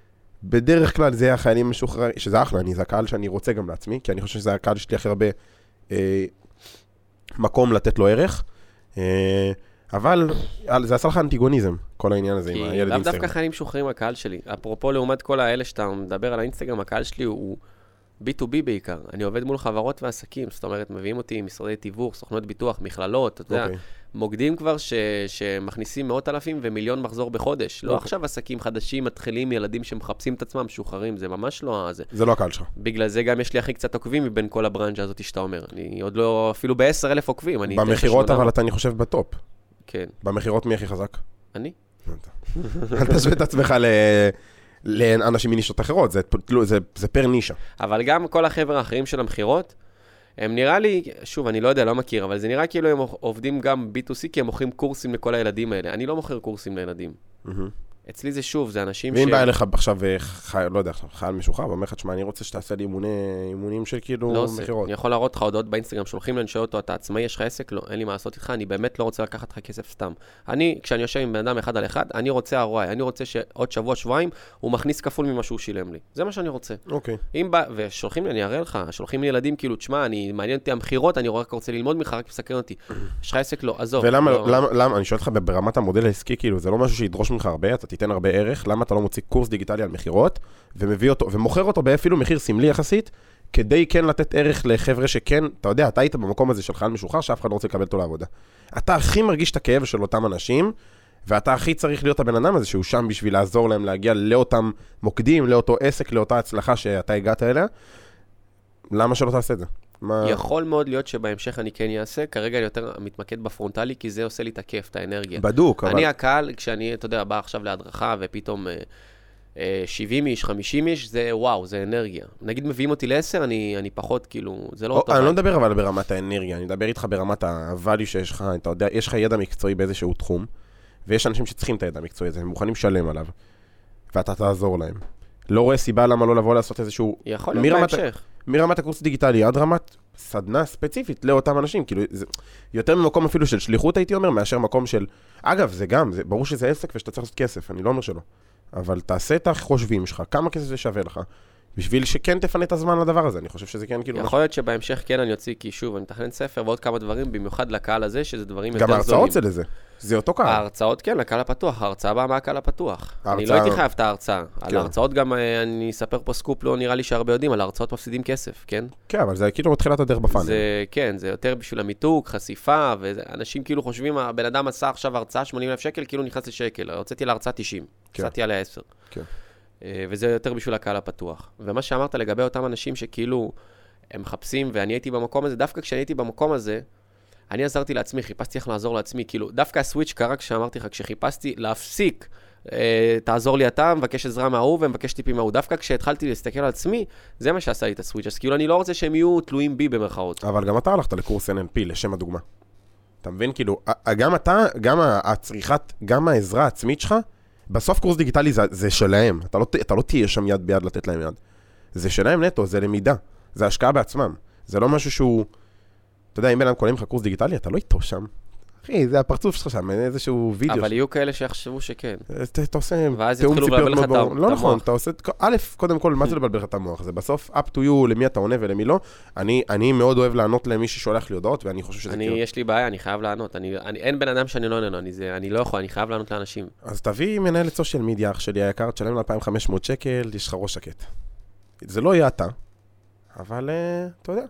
בדרך כלל זה החיילים משוחררים, שזה אחלה, אני, זה הקהל שאני רוצה גם לעצמי, כי אני חושב שזה הקהל שיש לי הכי הרבה אה, מקום לתת לו ערך, אה, אבל זה עשה לך אנטיגוניזם, כל העניין הזה עם הילד אינסטגרם. כי דווקא חיילים משוחררים הקהל שלי, אפרופו לעומת כל האלה שאתה מדבר על האינסטגרם, הקהל שלי הוא בי טו בי בעיקר. אני עובד מול חברות ועסקים, זאת אומרת, מביאים אותי משרדי תיווך, סוכנות ביטוח, מכללות, אתה יודע, מוקדים כבר שמכניסים מאות אלפים ומיליון מחזור בחודש. לא עכשיו עסקים חדשים, מתחילים, ילדים שמחפשים את עצמם, משוחררים, זה ממש לא זה. זה לא הקהל שלך. בגלל זה גם יש לי הכי קצת עוקבים מבין כל הברנז'ה הזאת שאתה אומר. אני עוד לא, אפילו ב-עשרה אלף עוקבים. במחירות אבל אתה, אני חושב, בטופ. כן. במחירות מי הכי חזק? אני? אל תשווה את עצמך לאנשים מנישות אחרות, זה פר נישה. אבל גם כל החבר'ה האחרים של המחירות, הם נראה לי, שוב, אני לא יודע, לא מכיר, אבל זה נראה כאילו הם עובדים גם בי טו סי, כי הם מוכרים קורסים לכל הילדים האלה. אני לא מוכר קורסים לילדים. אצלי זה שוב, זה אנשים ש... ואם בא אליך עכשיו, לא יודע, חייל משוחרר, ואומר לך, תשמע, אני רוצה שתעשה לי אימונים של כאילו מחירות. לא עושה, אני יכול להראות לך הודעות באינסטגרם, שולחים לנשאל אותו, אתה עצמאי, יש לך עסק? לא, אין לי מה לעשות איתך, אני באמת לא רוצה לקחת לך כסף סתם. אני, כשאני יושב עם בן אדם אחד על אחד, אני רוצה ארואי, אני רוצה שעוד שבוע, שבועיים, הוא מכניס כפול ממה שהוא שילם לי. זה מה שאני רוצה. אוקיי. אם בא, ושולחים לי, אני אראה לך, שולחים לי ילדים, כאילו, תשמע, אני מעניין אותי המחירות, אני רק רוצה ללמוד ממך, רק מסקרן אותי. יש לך עסק? לא, עזוב. ולמה, לא... למה, למה, אני שואל אותך ברמת המודל העסקי, כאילו, זה לא משהו שידרוש ממך הרבה, אתה תיתן הרבה ערך, למה אתה לא מוציא קורס דיגיטלי על מחירות, ומביא אותו, ומוכר אותו באפילו מחיר סמלי יחסית, כדי כן לתת ערך לחבר'ה שכן, אתה יודע, אתה היית במקום הזה של חייל משוחרר, שאף אחד לא רוצה לקבל אותו לעבודה. אתה הכי מרגיש את הכאב של אותם אנשים, ואתה הכי צריך להיות הבן אדם הזה, שהוא שם בשביל לעזור להם להגיע לאותם מוקדים, לאותו עסק, לאותה הצלחה שאתה הגעת אליה. למה שלא תעשה את זה? מה... יכול מאוד להיות שבהמשך אני כן אעשה, כרגע אני יותר מתמקד בפרונטלי, כי זה עושה לי את הכיף, את האנרגיה. בדוק, אבל... אני הקהל, כשאני, אתה יודע, בא עכשיו להדרכה, ופתאום שבעים איש, חמישים איש, זה וואו, זה אנרגיה. נגיד מביאים אותי לעשר, אני, אני פחות, כאילו, זה לא אותו... אני לא מדבר אבל ברמת האנרגיה, אני מדבר איתך ברמת ה-value שיש לך, אתה יודע, יש לך ידע מקצועי באיזשהו תחום, ויש אנשים שצריכים את הידע המקצועי הזה, הם מוכנים לשלם עליו, ואתה תעזור להם. לא רואה סיבה למה לא לבוא לעשות איזשהו... יכול להיות בהמשך. מרמת הקורס דיגיטלי עד רמת סדנה ספציפית לאותם אנשים, כאילו, זה יותר ממקום אפילו של שליחות, הייתי אומר, מאשר מקום של... אגב, זה גם, זה, ברור שזה עסק ושאתה צריך לעשות כסף, אני לא אומר שלא. אבל תעשה את החושבים שלך, כמה כסף זה שווה לך, בשביל שכן תפנה את הזמן לדבר הזה, אני חושב שזה כן כאילו... יכול להיות שבהמשך כן אני יוציא, כי שוב, אני מתכנן ספר ועוד כמה דברים, במיוחד לקהל הזה, שזה דברים יותר זולים. גם ההרצאות זה לזה, זה אותו קהל. ההרצאות כן, לקהל הפתוח, ההרצאה באה מהקהל הפתוח. אני לא הייתי חייב את ההרצאה. על ההרצאות גם, אני אספר פה סקופ, לא נראה לי שהרבה יודעים, על ההרצאות מפסידים כסף, כן? כן, אבל זה כאילו מתחילת הדרך בפאנל. זה, כן, זה יותר בשביל המיתוג, חשיפה, ואנשים כאילו חושבים, הבן אדם עשה עכשיו הרצאה שמונים אלף שקל, כאילו נכנס לשקל. רציתי להרצאה תשעים, עשיתי עליה עשר. כן. וזה יותר בשביל הקהל הפתוח. ומה שאמרת לגבי אותם אנשים שכאילו הם מחפשים, ואני הייתי במקום הזה, דווקא כשאני הייתי במקום הזה, אני עזרתי לעצמי, חיפשתי איך לעזור לעצמי, כאילו, דווקא הסוויץ' קרה כשאמרתי לך, כשחיפשתי להפסיק תעזור לי אתה, מבקש עזרה מההוא ומבקש טיפים מההוא. דווקא כשהתחלתי להסתכל על עצמי, זה מה שעשה לי את הסוויץ'. אז כאילו אני לא רוצה שהם יהיו תלויים בי במרכאות. אבל גם אתה הלכת לקורס אן אל פי, לשם הדוגמה. אתה מבין? כאילו, גם אתה, גם הצריכת, גם העזרה העצמית שלך, בסוף קורס דיגיטלי זה, זה שלהם. אתה לא, אתה לא תהיה שם יד ביד לתת להם יד. זה שלהם נטו, זה למידה. זה השקעה בעצמם. זה לא משהו שהוא, אתה יודע, אם בן אדם קוראים לך קורס דיגיטלי, אתה לא איתו שם. אחי, זה הפרצוף שלך שם, איזשהו וידאו. אבל יהיו כאלה שיחשבו שכן. אתה עושה ואז יתחילו לבלבל לך את המוח. לא נכון, אתה עושה, א', קודם כל, מה זה לבלבל לך את המוח? זה בסוף, up to you, למי אתה עונה ולמי לא. אני מאוד אוהב לענות למי ששולח לי הודעות, ואני חושב שזה כאילו... יש לי בעיה, אני חייב לענות. אין בן אדם שאני לא עונה, אני לא יכול, אני חייב לענות לאנשים. אז תביא מנהלת סושיאל מדיה, אח שלי היקר, תשלם לה אלפיים וחמש מאות שקל, יש לך ראש שקט. זה לא יהיה אתה, אבל אתה יודע.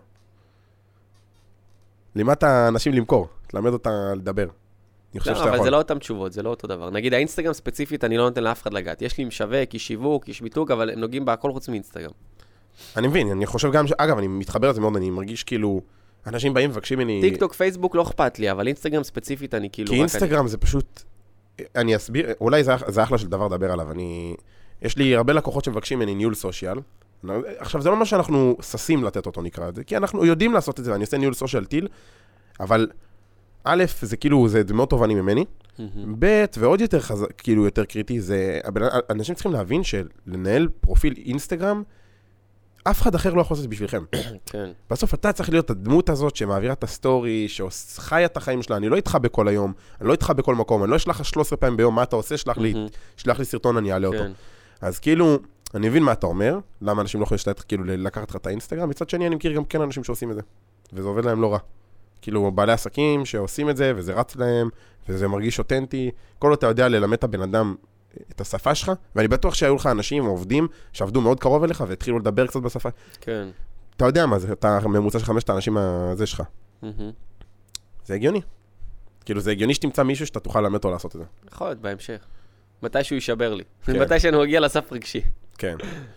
לימדת אנשים למכור, תלמד אותה לדבר. לא, אבל זה לא אותם תשובות, זה לא אותו דבר. נגיד, האינסטגרם ספציפית, אני לא נותן לאף אחד לגעת. יש לי משווק, יש שיווק, יש ביטוג, אבל הם נוגעים בהכל חוץ מאינסטגרם. אני מבין, אני חושב גם ש... אגב, אני מתחבר לזה מאוד, אני מרגיש כאילו... אנשים באים מבקשים ממני... טיק טוק, פייסבוק לא אכפת לי, אבל אינסטגרם ספציפית אני כאילו... כי אינסטגרם זה פשוט... אני אסביר, אולי זה אחלה של דבר לדבר עליו. אני... יש לי הרבה לקוחות שמבקשים ממני ניהול סושיאל. עכשיו, זה לא מה שאנחנו ססים לתת אותו, נקרא את זה, כי אנחנו יודעים לעשות את זה, ואני עושה ניהול סושיאל טיל, אבל א', זה כאילו, זה מאוד תובעני ממני, ב', ועוד יותר חזק, כאילו יותר קריטי, זה, אנשים צריכים להבין שלנהל פרופיל אינסטגרם, אף אחד אחר לא יכול לעשות את זה בשבילכם. כן. בסוף אתה צריך להיות הדמות הזאת שמעבירה את הסטורי, שחיה את החיים שלה, אני לא איתך בכל היום, אני לא איתך בכל מקום, אני לא אשלח לך שלוש עשרה פעמים ביום, מה אתה עושה, שלח לי, שלח לי סרטון, אני אעלה אותו. אז כאילו, אני מבין מה אתה אומר, למה אנשים לא יכולים לשתת, כאילו, לקחת לך את האינסטגרם, מצד שני אני מכיר גם כן אנשים שעושים את זה, וזה עובד להם לא רע. כאילו, בעלי עסקים שעושים את זה, וזה רץ להם, וזה מרגיש אותנטי, כל אתה יודע ללמד את הבן אדם את השפה שלך, ואני בטוח שהיו לך אנשים עובדים שעבדו מאוד קרוב אליך, והתחילו לדבר קצת בשפה. כן. אתה יודע מה זה, אתה ממוצע של חמשת האנשים הזה שלך. זה הגיוני. כאילו, זה הגיוני שתמצא מישהו שאתה תוכל ללמד אותו לעשות את זה. יכול להיות, בהמשך. מתי שהוא יישבר לי. מתי שאני מגיע לסף רגשי. כן.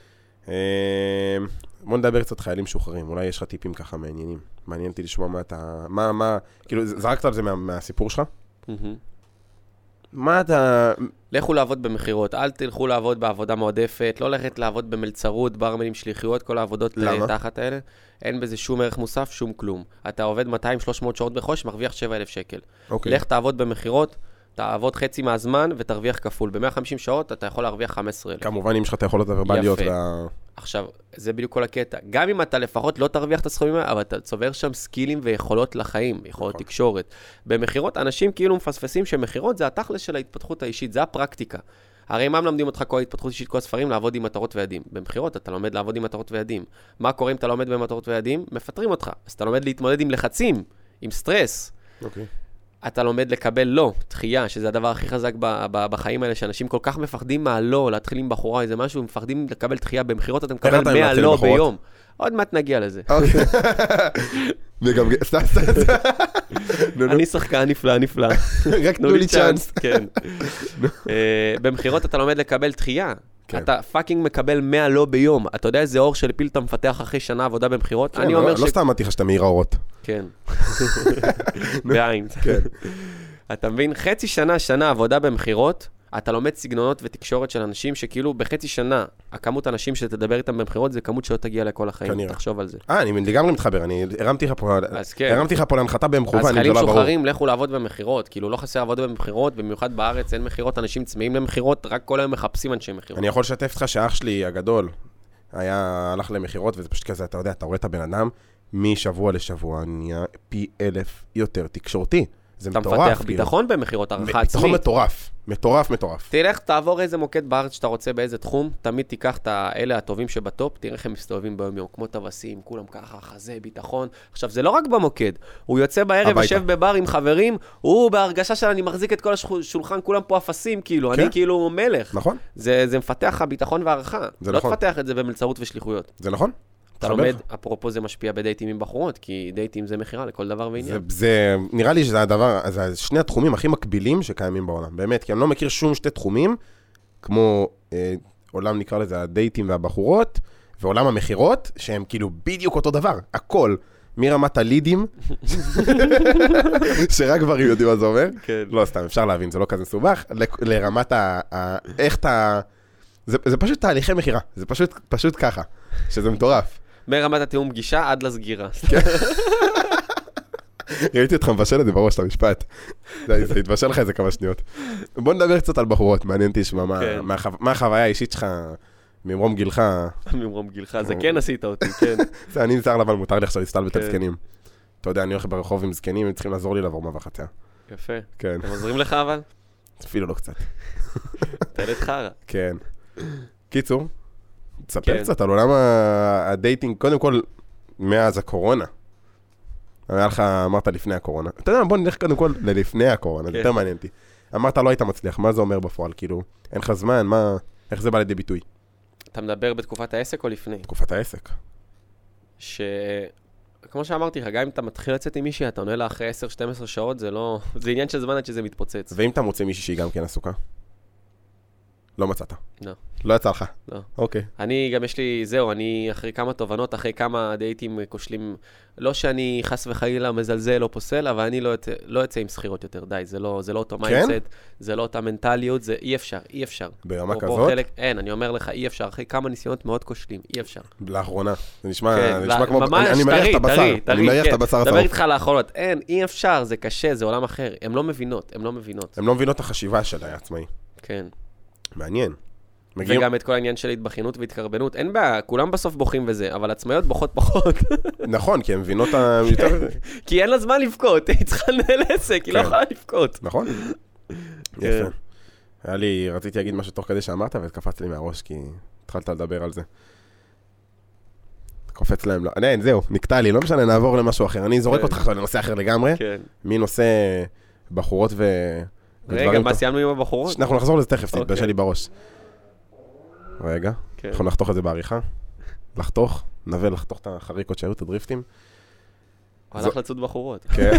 בוא נדבר קצת חיילים משוחררים. אולי יש לך טיפים ככה מעניינים. מעניין אותי לשמוע מה אתה... מה, מה... כאילו, זרקת על זה מהסיפור שלך? מה אתה... לכו לעבוד במחירות. אל תלכו לעבוד בעבודה מועדפת. לא ללכת לעבוד במלצרות, ברמנים, שליחיות, כל העבודות תחת האלה. אין בזה שום ערך מוסף, שום כלום. אתה עובד מאתיים שלוש מאות שעות בחודש, מרוויח שבעה אלף שקל. לך תעבוד במחירות. תעבוד חצי מהזמן ותרוויח כפול. ב-מאה וחמישים שעות אתה יכול להרוויח חמש עשרה אלף. כמובן, אם יש לך את היכולות הוורבליות. יפה. עכשיו, זה בדיוק כל הקטע. גם אם אתה לפחות לא תרוויח את הסכומים האלה, אבל אתה צובר שם סקילים ויכולות לחיים, יכולות תקשורת. במחירות, אנשים כאילו מפספסים שמחירות זה התכלס של ההתפתחות האישית, זה הפרקטיקה. הרי מה מלמדים אותך כל ההתפתחות אישית, כל הספרים, לעבוד עם מטרות ויעדים. במחירות אתה לומד לעבוד עם מטרות ויעדים. מה קורה אם אתה לומד במטרות ויעדים? מפטרים אותך. אז אתה לומד להתמודד עם לחצים, עם סטרס. אוקיי. אתה לומד לקבל לא, תחייה, שזה הדבר הכי חזק בחיים האלה, שאנשים כל כך מפחדים מהלא, להתחיל עם בחורה, איזה משהו, מפחדים לקבל תחייה, במחירות אתה מקבל מאה לא ביום. עוד מעט נגיע לזה. וגם, סתם, סתם, סתם. אני שחקן נפלא, נפלא. רק תנו לי צ'אנס. כן. במחירות אתה לומד לקבל תחייה. אתה פאקינג מקבל מאה לא ביום. אתה יודע איזה אור של פיל אתה מפתח אחרי שנה עבודה במחירות? אני אומר ש... לא סתם אמרתי לך שאתה מאיר האורות. כן. בעין. כן. אתה מבין? חצי שנה, שנה עבודה במחירות, אתה לומד סגנונות ותקשורת של אנשים שכאילו בחצי שנה, הכמות אנשים שתדבר איתם במחירות, זה כמות שלא תגיע לכל החיים. תחשוב על זה. אה, אני לגמרי מתחבר. אני הרמתי לך פה... הרמתי לך פה להנחתה במכוון. אז חיילים שוחררים, לכו לעבוד במחירות. כאילו לא חסר עבוד במחירות, במיוחד בארץ אין מחירות, אנשים צמאים למחירות, רק כל היום מחפשים אנשי מחירות. אני יכול לשתף אותך שאח שלי הגדול היה הלך למחירות, וזה פשוט כזה, אתה יודע, אתה רואה את הבן אדם משבוע לשבוע, נהיה פי אלף יותר תקשורתי. זה מטורף. אתה מפתח ביטחון במחירות, ערכה עצמית. ביטחון מטורף, מטורף, מטורף. תלך, תעבור איזה מוקד בארץ שאתה רוצה באיזה תחום, תמיד תיקח את האלה הטובים שבטופ, תראה איך הם מסתובבים ביום יום, כמו טווסים, כולם ככה, חזה, ביטחון. עכשיו, זה לא רק במוקד, הוא יוצא בערב, יושב בבר עם חברים, הוא בהרגשה של אני מחזיק את כל השולחן, כולם פה אפסים, כאילו, אני כאילו מלך. נכון. זה מפתח הביטחון והערכה. לא תפתח את זה במלצרות ושליחויות. זה נכון. אתה לומד, אפרופו זה משפיע בדייטים עם בחורות, כי דייטים זה מחירה לכל דבר ועניין. זה, זה, נראה לי שזה הדבר, זה שני התחומים הכי מקבילים שקיימים בעולם, באמת, כי אני לא מכיר שום שתי תחומים, כמו אה, עולם נקרא לזה הדייטים והבחורות, ועולם המחירות, שהם כאילו בדיוק אותו דבר, הכל, מרמת הלידים, שרק גברים יודעים מה זה אומר. כן. לא, סתם, אפשר להבין, זה לא כזה מסובך. לרמת ה... איך אתה... זה פשוט תהליכי מחירה, זה פשוט ככה, שזה מטורף. מרמת התיאום פגישה עד לסגירה. ראיתי אותך מבשל את זה בראש למשפט. זה התבשל לך איזה כמה שניות. בוא נדבר קצת על בחורות, מעניין תשמע, מה החוויה האישית שלך ממרום גילך. ממרום גילך, זה כן עשית אותי, כן. זה אני נזהר לבן, מותר לי עכשיו להסתלבט על זקנים. אתה יודע, אני הולך ברחוב עם זקנים, הם צריכים לעזור לי לעבור מעבר חציה. יפה. כן. הם עוזרים לך אבל? אפילו לא קצת. תלת חרה. כן. קיצור, תספר קצת על עולם הדייטינג, קודם כל, מאז הקורונה. היה לך, אמרת לפני הקורונה. אתה יודע, בוא נלך קודם כל ללפני הקורונה, זה יותר מעניין אותי. אמרת לא היית מצליח, מה זה אומר בפועל? כאילו, אין לך זמן, מה, איך זה בא לידי ביטוי? אתה מדבר בתקופת העסק או לפני? תקופת העסק. ש... כמו שאמרתי לך, גם אם אתה מתחיל לצאת עם מישהי, אתה עונה לה אחרי עשר שתים עשרה שעות, זה לא... זה עניין של זמן עד שזה מתפוצץ. ואם אתה מוצא מישהי שהיא גם כן עסוקה? לא מצאת. לא. לא יצא לך? לא. אוקיי. אני, גם יש לי, זהו, אני אחרי כמה תובנות, אחרי כמה דייטים כושלים, לא שאני חס וחלילה מזלזל או פוסל, אבל אני לא יצא, לא יצא עם סחירות יותר, די, זה לא, זה לא אותו מיינדסט, זה לא אותה מנטליות, זה אי אפשר, אי אפשר. ברמה כזאת? חלק, אין, אני אומר לך, אי אפשר, אחרי כמה ניסיונות מאוד כושלים, אי אפשר. לאחרונה. זה נשמע, כן, זה נשמע כמו, ממש, אני מריח את הבשר, תרי, תרי, אני מריח כן. את הבשר דבר הצהוב. איתך לאחרונות, אין, אי אפשר, זה קשה, זה עולם אחר, הם לא מבינות, הם לא מבינות. הם לא מבינות את החשיבה של העצמאי. כן. מעניין. וגם את כל העניין של התבחינות והתקרבנות, אין בעיה, כולם בסוף בוכים וזה, אבל עצמאיות בוכות פחות. נכון, כי הן מבינות ה... כי אין לה זמן לבכות, היא צריכה לנהל עסק, היא לא יכולה לבכות. נכון. יפה. היה לי, רציתי להגיד משהו תוך כדי שאמרת, והתקפץ לי מהראש, כי התחלת לדבר על זה. קופץ להם, לא, אין, זהו, נקטע לי, לא משנה, נעבור למשהו אחר. אני זורק אותך עכשיו לנושא אחר לגמרי. כן. מנושא בחורות ו... רגע, מה סיימנו עם הבחורות? אנחנו נחזור לזה תכף, זה התבשל לי בראש. רגע, כן. אנחנו נחתוך את זה בעריכה. לחתוך, נווה לחתוך את החריקות שהיו, את הדריפטים. הלך לצוד בחורות. כן.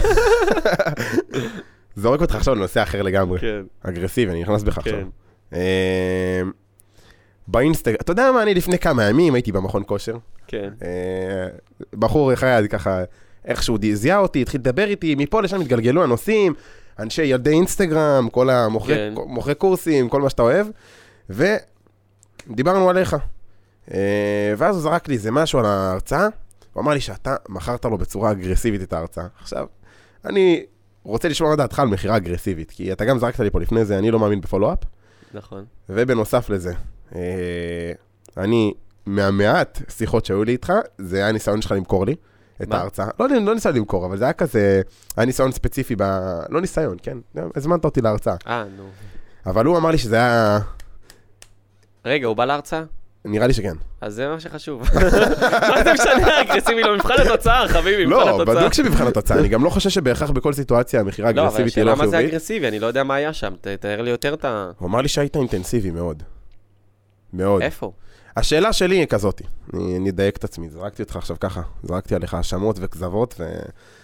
זורק אותך עכשיו לנושא אחר לגמרי. כן. אגרסיבי, אני נכנס בך עכשיו. כן. באינסטגרם, אתה יודע מה, אני לפני כמה ימים הייתי במכון כושר. כן. בחור אחד ככה, איכשהו זיהה אותי, התחיל לדבר איתי, מפה לשם התגלגלו הנושאים, אנשי ילדי אינסטגרם, כל המוכרי קורסים, כל מה שאתה אוהב, ודיברנו עליך. ואז הוא זרק לי איזה משהו על ההרצאה, הוא אמר לי שאתה מכרת לו בצורה אגרסיבית את ההרצאה. עכשיו, אני רוצה לשמוע מה דעתך על מחירה אגרסיבית, כי אתה גם זרקת לי פה לפני זה, אני לא מאמין בפולו-אפ. נכון. ובנוסף לזה, אני, מהמעט שיחות שהיו לי איתך, זה היה ניסיון שלך למכור לי את ההרצאה. לא, לא ניסיון למכור, אבל זה היה כזה, היה ניסיון ספציפי, ב... לא ניסיון, כן? הזמנת אותי להרצאה. אה, נו. אבל הוא אמר לי שזה היה... רגע, הוא בא להרצאה? נראה לי שכן. אז זה מה שחשוב. מה זה משנה? אגרסיבי לא מבחן התוצאה, חביבי, מבחן התוצאה. לא, בדיוק שמבחן התוצאה. אני גם לא חושב שבהכרח בכל סיטואציה המחירה אגרסיבית היא לא חיובית. לא, אבל השאלה מה זה אגרסיבי? אני לא יודע מה היה שם. תאר לי יותר את ה... הוא אמר לי שהיית אינטנסיבי מאוד. מאוד. איפה? השאלה שלי היא כזאת. אני אדייק את עצמי. זרקתי אותך עכשיו ככה. זרקתי עליך האשמות וכזבות ו...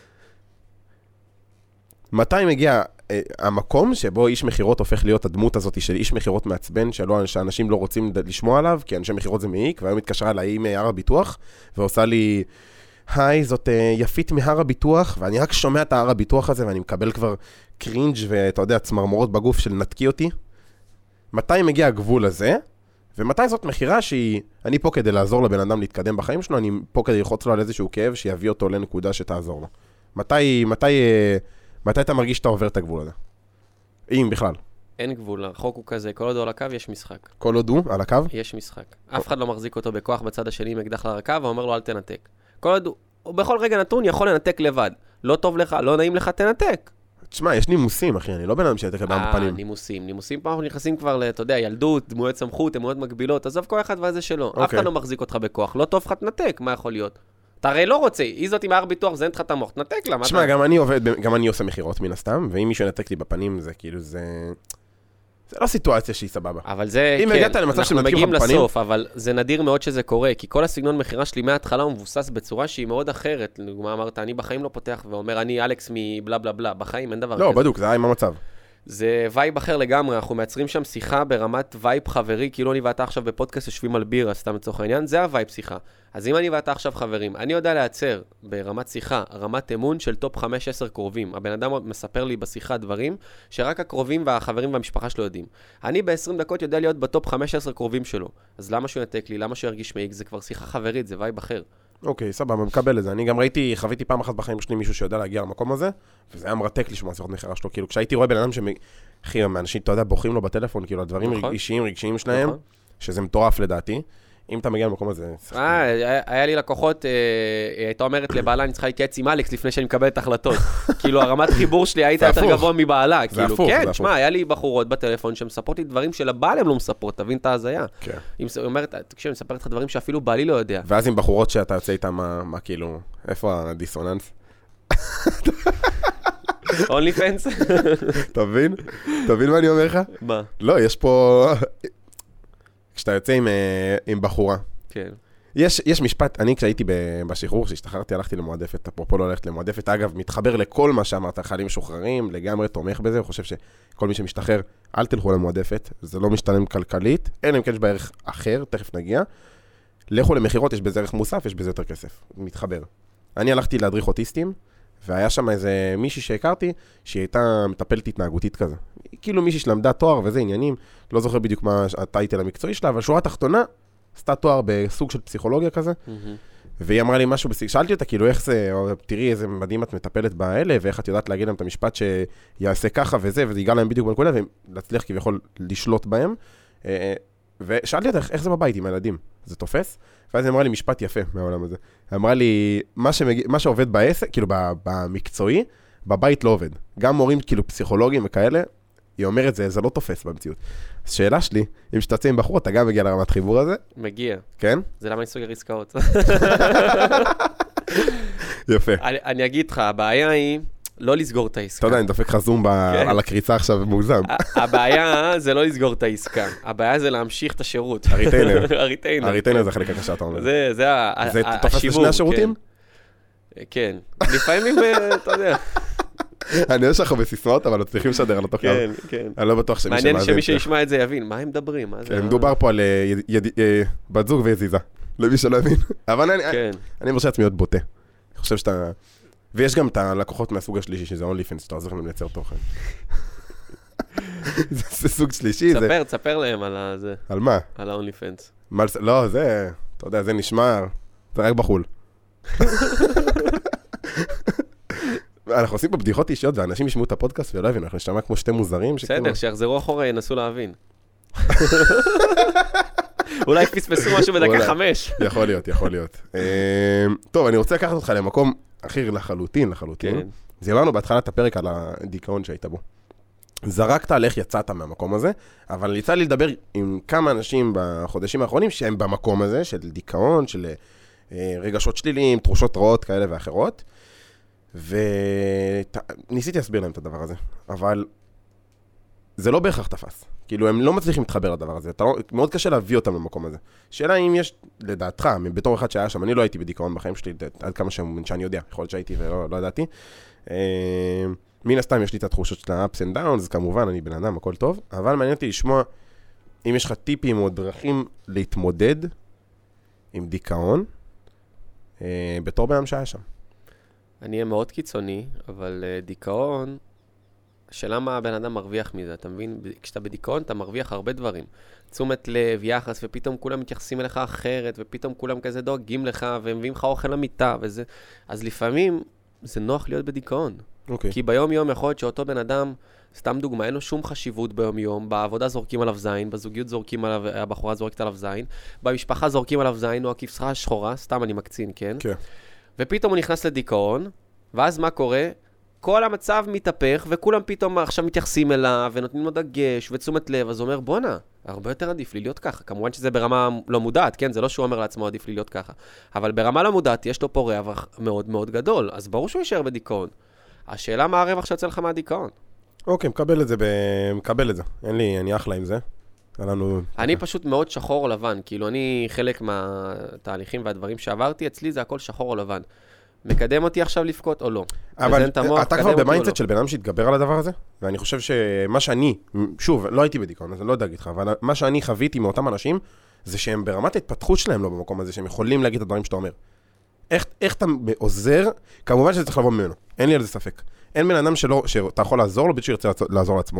מתי מגיע המקום שבו איש מחירות הופך להיות הדמות הזאת של איש מחירות מעצבן, שאנשים לא רוצים לשמוע עליו, כי אנשי מחירות זה מעיק, והיום מתקשרה אליי מהר הביטוח, ועושה לי, היי, זאת יפית מהר הביטוח, ואני רק שומע את ההר הביטוח הזה, ואני מקבל כבר קרינג' ואתה יודע, צמרמורות בגוף של נתקי אותי. מתי מגיע הגבול הזה, ומתי זאת מחירה שהיא, אני פה כדי לעזור לבן אדם להתקדם בחיים שלו, אני פה כדי ללחוץ לו על איזשהו כאב, שיביא אותו לנקודה שתעזור לו. מתי, מתי... מתי אתה מרגיש שאתה עובר את הגבול הזה? אם בכלל. אין גבול, החוק הוא כזה, כל עוד הוא על הקו יש משחק. כל עוד הוא על הקו? יש משחק. אף אחד לא מחזיק אותו בכוח בצד השני עם אקדח לרקה, ואומר לו אל תנתק. כל עוד הוא בכל רגע נתון יכול לנתק לבד. לא טוב לך, לא נעים לך, תנתק. תשמע, יש נימוסים, אחי, אני לא בן אדם שתקל בהם בפנים. אה, נימוסים. נימוסים פעם אנחנו נכנסים כבר, אתה יודע, ילדות, דמויות סמכות, דמויות מגבילות, עזוב כל אחד וזה שלו. אף אחד לא מחזיק אותך בכוח, לא טוב לך, תנתק, מה יכול להיות? אתה הרי לא רוצה, היא זאת עם ההר ביטוח, זה אין לך את המוח, תנתק לה. תשמע, גם אני עובד, גם אני עושה מחירות מן הסתם, ואם מישהו ינתק לי בפנים, זה כאילו, זה... זה לא סיטואציה שהיא סבבה. אבל זה, אם כן, הגעת למצב אנחנו שמתקים מגיעים לך בפנים... לסוף, אבל זה נדיר מאוד שזה קורה, כי כל הסגנון מחירה שלי מההתחלה הוא מבוסס בצורה שהיא מאוד אחרת. לדוגמה, אמרת, אני בחיים לא פותח ואומר, אני אלכס מבלה בלה בלה, בחיים אין דבר לא, כזה. בדוק, זה היה עם המצב. זה וייב אחר לגמרי, אנחנו מייצרים שם שיחה ברמת וייב חברי, כאילו אני ואתה עכשיו בפודקאסט יושבים על בירה, סתם לצורך העניין, זה הווייב שיחה. אז אם אני ואתה עכשיו חברים, אני יודע לייצר ברמת שיחה, רמת אמון של טופ חמש עשר קרובים. הבן אדם מספר לי בשיחה דברים שרק הקרובים והחברים והמשפחה שלו יודעים. אני ב-עשרים דקות יודע להיות בטופ חמש עשר קרובים שלו. אז למה שהוא ינתק לי? למה שהוא ירגיש מעיק? זה כבר שיחה חברית, זה וייב אחר. אוקיי, סבבה, מקבל את זה. אני גם ראיתי, חוויתי פעם אחת בחיים שלי מישהו שיודע להגיע למקום הזה, וזה היה מרתק לשמוע שיחות מכירה שלו. כאילו, כשהייתי רואה בן אדם אחי, האנשים, אתה יודע, בוכים לו בטלפון, כאילו, הדברים נכון. אישיים, רגשיים שלהם, נכון. שזה מטורף לדעתי. אם אתה מגיע למקום הזה... אה, היה לי לקוחות, הייתה אומרת לבעלה, אני צריכה להתייעץ עם אלכס לפני שאני מקבלת החלטות. כאילו, הרמת חיבור שלי הייתה יותר גבוה מבעלה. כאילו, כן, תשמע, היה לי בחורות בטלפון שמספרות לי דברים שלבעל הם לא מספרות, תבין את ההזיה. כן. היא אומרת, תקשיב, אני מספרת לך דברים שאפילו בעלי לא יודע. ואז עם בחורות שאתה יוצא איתה, מה כאילו, איפה הדיסוננס? אונלי פנס? תבין? תבין מה אני אומר לך? מה? לא, יש פה... כשאתה יוצא עם, עם בחורה. כן. יש, יש משפט, אני כשהייתי בשחרור, כשהשתחררתי, הלכתי למועדפת, אפרופו לא הלכת למועדפת, אגב, מתחבר לכל מה שאמרת, חיילים משוחררים, לגמרי תומך בזה, הוא חושב שכל מי שמשתחרר, אל תלכו למועדפת, זה לא משתלם כלכלית, אלא אם כן יש בערך אחר, תכף נגיע. לכו למחירות, יש בזה ערך מוסף, יש בזה יותר כסף, מתחבר. אני הלכתי להדריך אוטיסטים, והיה שם איזה מישהי שהכרתי, שהיא הייתה מטפלת התנהגותית כזה. כאילו מישהי שלמדה תואר וזה עניינים, לא זוכר בדיוק מה הטייטל המקצועי שלה, אבל שורה תחתונה, עשתה תואר בסוג של פסיכולוגיה כזה, והיא אמרה לי משהו, שאלתי אותה, כאילו איך זה, תראי איזה מדהים את מטפלת באלה, ואיך את יודעת להגיד להם את המשפט שיעשה ככה וזה, וזה ייגע להם בדיוק בנקודה, ולהצליח כביכול לשלוט בהם. ושאלתי אותה, איך זה בבית עם הילדים? זה תופס? ואז היא אמרה לי משפט יפה מהעולם הזה. היא אמרה לי, מה, שמג... מה שעובד בעסק, כאילו במקצועי, בבית לא עובד. גם מורים כאילו פסיכולוגים וכאלה, היא אומרת זה, זה לא תופס במציאות. אז שאלה שלי, אם שתצא עם בחור, אתה גם מגיע לרמת חיבור הזה? מגיע. כן? זה למה אני סוגר עסקאות. יפה. אני, אני אגיד לך, הבעיה היא לא לסגור את העסקה. אתה יודע, אני דופק לך זום על הקריצה עכשיו מאוזם. הבעיה זה לא לסגור את העסקה. הבעיה זה להמשיך את השירות. הריטיינר. הריטיינר. הריטיינר זה החלק הקשה, אתה אומר. זה, זה השיווק. זה תופס לשני השירותים? כן. לפעמים, אתה יודע. אני יש לך בסיסמאות, אבל צריכים לשדר על התוכן. כן, כן. אני לא בטוח שמי שמאזין. מעניין שמי שישמע את זה יבין. מה הם מדברים? מדובר פה על בת זוג ויזיזה. למי שלא יבין. אבל אני מרשה עצמי להיות בוטה. אני חושב שאתה... ויש גם את הלקוחות מהסוג השלישי, שזה אונליפנס, שאתה עוזר להם לייצר תוכן. זה סוג שלישי. תספר, תספר להם על זה. על מה? על האונליפנס. לא, זה, אתה יודע, זה נשמע, זה רק בחול. אנחנו עושים פה בדיחות אישיות, ואנשים ישמעו את הפודקאסט ולא הבינו, אנחנו נשמע כמו שתי מוזרים. בסדר, שיחזרו אחורה, ינסו להבין. אולי פספסו משהו בדקה חמש. יכול להיות, יכול להיות. טוב, אני רוצה לקחת אותך למקום אחר לחלוטין, לחלוטין. זימרנו בהתחלה את הפרק על הדיכאון שהיית בו. זרקת על איך יצאת מהמקום הזה, אבל יצא לי לדבר עם כמה אנשים בחודשים האחרונים שהם במקום הזה, של דיכאון, של רגשות שליליים, תחושות רעות כאלה ואחרות. וניסיתי להסביר להם את הדבר הזה, אבל זה לא בהכרח תפס. כאילו, הם לא מצליחים להתחבר לדבר הזה. מאוד קשה להביא אותם למקום הזה. שאלה אם יש, לדעתך, בתור אחד שהיה שם, אני לא הייתי בדיכאון בחיים שלי, עד כמה שאני יודע, יכול להיות שהייתי ולא לא ידעתי. מן הסתם יש לי את התחושות של ה-ups and downs, כמובן, אני בן אדם, הכל טוב, אבל מעניין אותי לשמוע אם יש לך טיפים או דרכים להתמודד עם דיכאון, בתור בן אדם שהיה שם. אני אהיה מאוד קיצוני, אבל uh, דיכאון, השאלה מה הבן אדם מרוויח מזה, אתה מבין? כשאתה בדיכאון אתה מרוויח הרבה דברים. תשומת לב, יחס, ופתאום כולם מתייחסים אליך אחרת, ופתאום כולם כזה דואגים לך, ומביאים לך אוכל למיטה, וזה... אז לפעמים זה נוח להיות בדיכאון. Okay. כי ביום יום יכול להיות שאותו בן אדם, סתם דוגמה, אין לו שום חשיבות ביום יום, בעבודה זורקים עליו זין, בזוגיות זורקים עליו, הבחורה זורקת עליו זין, במשפחה זורקים עליו זין, או הכבשה השחורה, סתם אני מקצין, כן? כן. Okay. ופתאום הוא נכנס לדיכאון, ואז מה קורה? כל המצב מתהפך, וכולם פתאום עכשיו מתייחסים אליו, ונותנים לו דגש, ותשומת לב, אז הוא אומר, בונה, הרבה יותר עדיף לי להיות ככה. כמובן שזה ברמה לא מודעת, כן? זה לא שהוא אומר לעצמו עדיף לי להיות ככה. אבל ברמה לא מודעת, יש לו פה רווח מאוד מאוד גדול, אז ברור שהוא יישאר בדיכאון. השאלה מה הרווח שיוצא לך מהדיכאון? אוקיי, מקבל את זה, מקבל את זה. אין לי, אני אחלה עם זה. אני פשוט מאוד שחור או לבן, כאילו אני חלק מהתהליכים והדברים שעברתי, אצלי זה הכל שחור או לבן. מקדם אותי עכשיו לפקות או לא. אבל אתה כבר במיינדסט של בן אדם שהתגבר על הדבר הזה, ואני חושב שמה שאני, שוב, לא הייתי בדיכאון, אז אני לא יודע להגיד לך, אבל מה שאני חוויתי מאותם אנשים, זה שהם ברמת ההתפתחות שלהם לא במקום הזה, שהם יכולים להגיד את הדברים שאתה אומר. איך, איך אתה עוזר? כמובן שזה צריך לבוא ממנו, אין לי על זה ספק. אין בן אדם שלא, שאתה יכול לעזור לו, בדיוק שירצה לעזור לעצמו.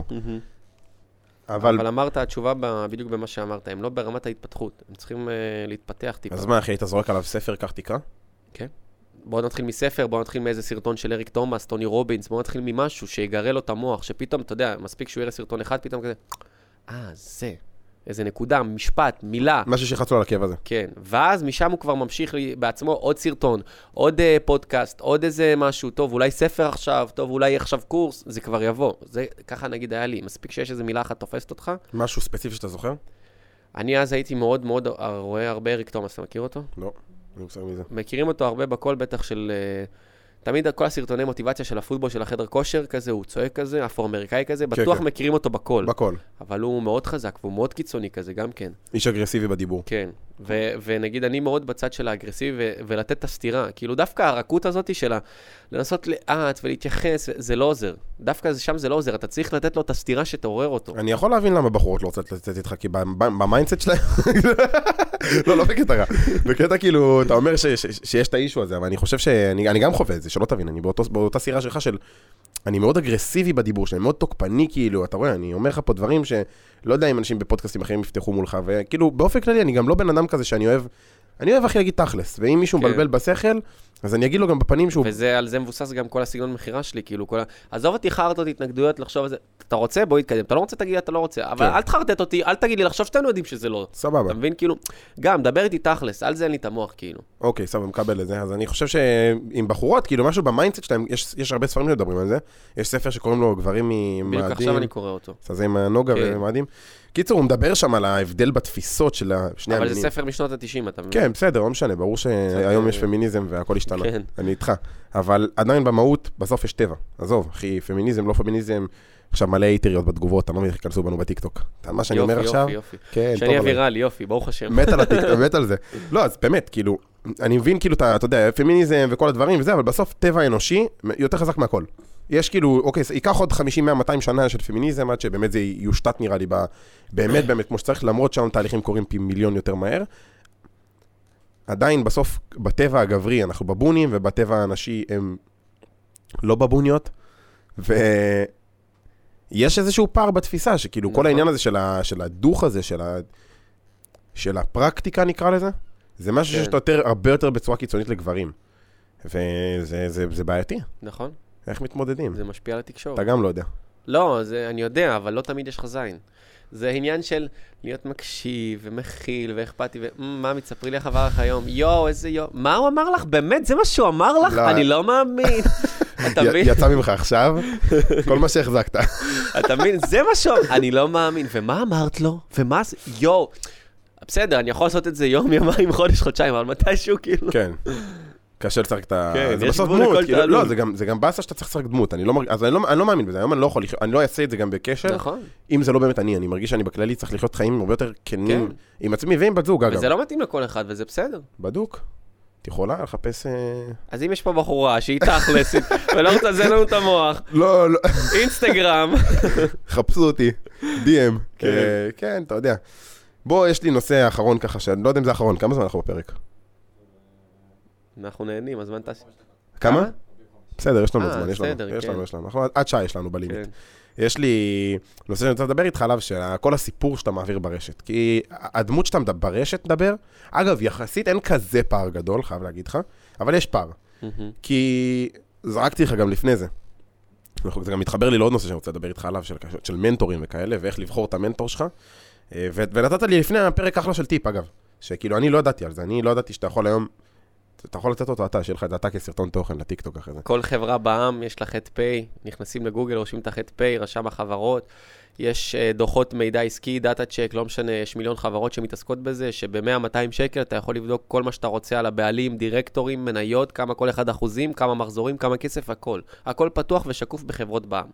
אבל... אבל אמרת, התשובה בדיוק במה שאמרת, הם לא ברמת ההתפתחות, הם צריכים uh, להתפתח טיפה. אז מה, אחי, היית זורק עליו ספר, כך תקרא? כן. בואו נתחיל מספר, בואו נתחיל מאיזה סרטון של אריק תומאס, טוני רובינס, בואו נתחיל ממשהו שיגרה לו את המוח, שפתאום, אתה יודע, מספיק שהוא יראה סרטון אחד, פתאום כזה, אה, זה, איזה נקודה, משפט, מילה. משהו שחץ לו על הכאב הזה. כן, ואז משם הוא כבר ממשיך לי בעצמו עוד סרטון, עוד uh, פודקאסט, עוד איזה משהו, טוב, אולי ספר עכשיו, טוב, אולי עכשיו קורס, זה כבר יבוא. זה, ככה נגיד היה לי, מספיק שיש איזה מילה אחת תופסת אותך. משהו ספציפי שאתה זוכר? אני אז הייתי מאוד מאוד רואה הרבה אריק תומאס, אתה מכיר אותו? לא, אני מסתכל מזה. מכירים אותו הרבה בכל בטח של... תמיד כל הסרטוני מוטיבציה של הפוטבול, של החדר כושר כזה, הוא צועק כזה, אפרו-אמריקאי כזה, בטוח מכירים אותו בכל. בכל. אבל הוא מאוד חזק, והוא מאוד קיצוני כזה, גם כן. איש אגרסיבי בדיבור. כן. ונגיד, אני מאוד בצד של האגרסיבי, ולתת את הסתירה. כאילו, דווקא הרכות הזאת שלה, לנסות לאט ולהתייחס, זה לא עוזר. דווקא שם זה לא עוזר. אתה צריך לתת לו את הסתירה שתעורר אותו. אני יכול להבין למה בחורות לא רוצות לצאת איתך, כי במיינדסט שלהם... לא, לא בקטע רע. בקטע כאילו, אתה אומר שיש את האישו הזה, אבל אני חושב שאני גם חווה את זה, שלא תבין. אני באותה סירה שלך של... אני מאוד אגרסיבי בדיבור שלי, מאוד תוקפני כאילו, אתה רואה, אני אומר לך פה דברים שלא יודע אם אנשים בפודקאסטים אחרים יפתחו מולך, וכאילו באופן כללי אני גם לא בן אדם כזה שאני אוהב, אני אוהב הכי להגיד תכלס, ואם מישהו מבלבל בשכל, אז אני אגיד לו גם בפנים שהוא... וזה, על זה מבוסס גם כל הסגנון מחירה שלי, כאילו כל ה... עזוב אותי חרטות, התנגדויות, לחשוב על זה, אתה רוצה? בוא יתקדם, אתה לא רוצה, תגיד, אתה לא רוצה, אבל אל תחרטט אותי, אל תגיד לי, לחשוב שאתנו יודעים שזה לא. סבבה. אתה מבין, כאילו, גם, דבר איתי תכלס, על זה אין לי את המוח, כאילו. אוקיי, סבבה, מקבל את זה. אז אני חושב שעם בחורות, כאילו, משהו במיינדסט שלהם, יש, יש הרבה ספרים שמדברים על זה. יש ספר שקוראים לו גברים ממאדים. בדיוק עכשיו אני קורא אותו. זה עם הנוגה ומאדים. קיצור, הוא מדבר שם על ההבדל בתפיסות של שני המינים. אבל זה ספר משנות ה-תשעים, אתה מבין? כן, בסדר, לא משנה, ברור שהיום יש פמיניזם והכל השתנה. אני איתך. אבל עדיין במהות, בסוף יש טבע. עזוב, אחי, פמיניזם, לא פמיניזם, עכשיו מלא היטריות בתגובות, אתה לא מבין איך כנסו בנו בטיקטוק. מה שאני אומר עכשיו... יופי, יופי. שאני אווירלי, יופי, ברוך השם. מת על הטיקטוק, מת על זה. לא, אז באמת, כאילו, אני מבין כאילו, אתה יודע, פמיניזם וכל הדברים וזה, אבל בסוף טבע אנושי יותר חזק מהכל. יש כאילו, אוקיי, ייקח עוד חמישים, מאה, מאתיים שנה של פמיניזם, עד שבאמת זה יושתת נראה לי, באמת, באמת, כמו שצריך, למרות שם תהליכים קורים פי מיליון יותר מהר. עדיין בסוף, בטבע הגברי, אנחנו בבונים, ובטבע הנשי הם לא בבוניות, ויש איזשהו פער בתפיסה, שכאילו כל העניין הזה של הדוח הזה, של הפרקטיקה נקרא לזה, זה משהו שיש יותר, הרבה יותר בצורה קיצונית לגברים. וזה בעייתי. נכון. איך מתמודדים? זה משפיע על התקשורת. אתה גם לא יודע. לא, זה, אני יודע, אבל לא תמיד יש לך זין. זה עניין של להיות מקשיב ומכיל ואכפתי, ומה, מצפרי לי חבר לך היום? יו, איזה יו. מה הוא אמר לך? באמת? זה מה שהוא אמר לך? אני לא מאמין. אתה מבין? יצא ממך עכשיו, כל מה שהחזקת. אתה מבין? זה מה שהוא... אני לא מאמין. ומה אמרת לו? ומה זה? יו. בסדר, אני יכול לעשות את זה יום, יומיים, חודש, חודשיים, אבל מתישהו כאילו... כן. קשה לצחק את ה... כן, זה בסוף דמות, כאילו, לא, זה גם, זה גם באסה שאתה צריך לשחק דמות, אני לא מרגיש, אז אני לא, אני לא מאמין בזה, היום אני לא יכול, אני לא אעשה את זה גם בקשר, נכון. אם זה לא באמת אני, אני מרגיש שאני בכללי צריך לחיות חיים הרבה יותר כנים, עם עצמי ועם בת זוג, אגב. וזה לא מתאים לכל אחד, וזה בסדר. בדוק. את יכולה לחפש... אז אם יש פה בחורה שהיא תכלסית, ולא רוצה לזה לנו את המוח, לא, לא. אינסטגרם. חפשו אותי, די אם. כן, אתה יודע. בוא, יש לי נושא אחרון ככה, שאני לא יודע אם זה אחרון, כמה זמן אנחנו בפרק? אנחנו נהנים, הזמן תעשי. כמה? בסדר, יש לנו זמן, יש לנו, יש לנו, יש לנו. עד שעה יש לנו בלימיט. יש לי נושא שאני רוצה לדבר איתך עליו, שכל הסיפור שאתה מעביר ברשת. כי הדמות שאתה ברשת מדבר, אגב, יחסית אין כזה פער גדול, חייב להגיד לך, אבל יש פער. כי זרקתי לך גם לפני זה. זה גם מתחבר לי לעוד נושא שאני רוצה לדבר איתך עליו, של מנטורים וכאלה, ואיך לבחור את המנטור שלך. ונתת לי לפני הפרק אחלה של טיפ, אגב. שכאילו אני לא ידעתי על זה, אני לא ידעתי שאתה יכול היום אתה יכול לתת אותו אתה, שיהיה לך את אתה כסרטון תוכן לטיקטוק אחרי זה. כל חברה בעם יש לה חט פיי, נכנסים לגוגל, רושמים את החט פיי, רשם החברות, יש דוחות מידע עסקי, דאטה צ'ק, לא משנה, יש מיליון חברות שמתעסקות בזה, שב-מאה מאתיים שקל אתה יכול לבדוק כל מה שאתה רוצה על הבעלים, דירקטורים, מניות, כמה כל אחד אחוזים, כמה מחזורים, כמה כסף, הכל. הכל פתוח ושקוף בחברות בעם.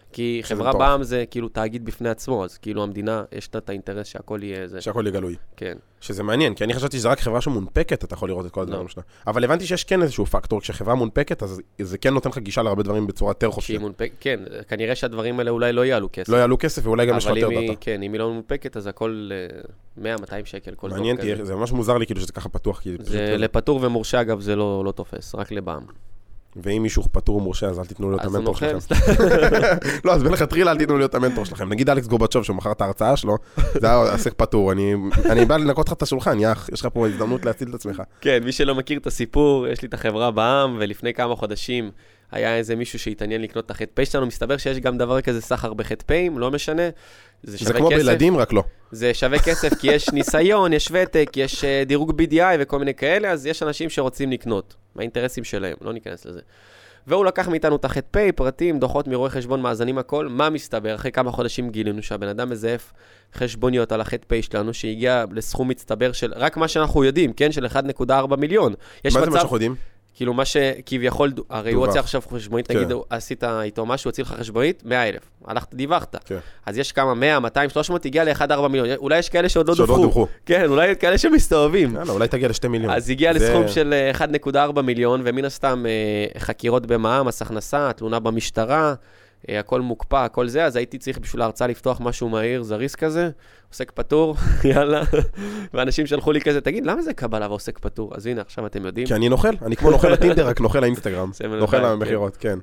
כי חברה בעם זה כאילו תאגיד בפני עצמו, אז כאילו המדינה, יש לה את האינטרס שהכל יהיה זה. שהכל יהיה גלוי. כן. שזה מעניין, כי אני חשבתי שזה רק חברה שמונפקת, אתה יכול לראות את כל הדברים שלה. אבל הבנתי שיש כן איזשהו פקטור, כשחברה מונפקת, אז זה כן נותן לך גישה להרבה דברים בצורה יותר חופשית. כן, כנראה שהדברים האלה אולי לא יעלו כסף. לא יעלו כסף, ואולי גם יש לך יותר דאטה. כן, אם היא לא מונפקת, אז הכל מאה מאתיים שקל. מעניין, זה ממש מוזר לי כאילו שזה ככה פתוח. זה לפטור ומורשה, אגב, זה לא תופס, רק לבעם. ואם מישהו פטור ומורשה, אז אל תיתנו לו את המנטור שלכם. לא, אז בלכתחילה אל תיתנו לו את המנטור שלכם. נגיד אלכס גורבצ'וב, שהוא מכר את ההרצאה שלו, זה היה עסק פטור. אני בא לנקות לך את השולחן, יח, יש לך פה הזדמנות להציל את עצמך. כן, מי שלא מכיר את הסיפור, יש לי את החברה בעם, ולפני כמה חודשים היה איזה מישהו שהתעניין לקנות את החטא פי שלנו, מסתבר שיש גם דבר כזה סחר בחטא פיים, לא משנה. זה כמו בילדים, רק לא. זה שווה כסף, כי יש ניסיון, יש ותק, יש דירוג בי די איי וכל מיני כאלה, אז יש אנשים שרוצים לקנות, מהאינטרסים שלהם, לא ניכנס לזה. והוא לקח מאיתנו את החטא פי, פרטים, דוחות מרואי חשבון, מאזנים הכל, מה מסתבר? אחרי כמה חודשים גילינו שהבן אדם מזייף חשבוניות על החטא פי שלנו, שהגיע לסכום מצטבר של, רק מה שאנחנו יודעים, כן? של אחד נקודה ארבע מיליון. מה זה מה שאנחנו יודעים? כאילו מה שכביכול, הרי הוא הוציא עכשיו חשבונית, נגיד, עשית איתו משהו, הוציא לך חשבונית, מאה אלף. הלכת, דיווחת. אז יש כמה, מאה, מאתיים, שלוש מאות, הגיע ל-אחד נקודה ארבע מיליון. אולי יש כאלה שעוד לא דווחו. כן, אולי כאלה שמסתובבים. אולי תגיע ל-שני מיליון. אז הגיע לסכום של אחד נקודה ארבע מיליון, ומן הסתם חקירות במע"מ, מס הכנסה, תלונה במשטרה, הכל מוקפא, הכל זה, אז הייתי צריך בשביל ההרצאה לפתוח משהו מהיר, זריס כזה, עוסק פטור, יאללה. ואנשים שלחו לי כזה, תגיד, למה זה קבלה ועוסק פטור? אז הנה, עכשיו אתם יודעים. כי אני נוכל, אני כמו נוכל לטינדר, רק נוכל לאינסטגרם. נוכל למחירות, כן.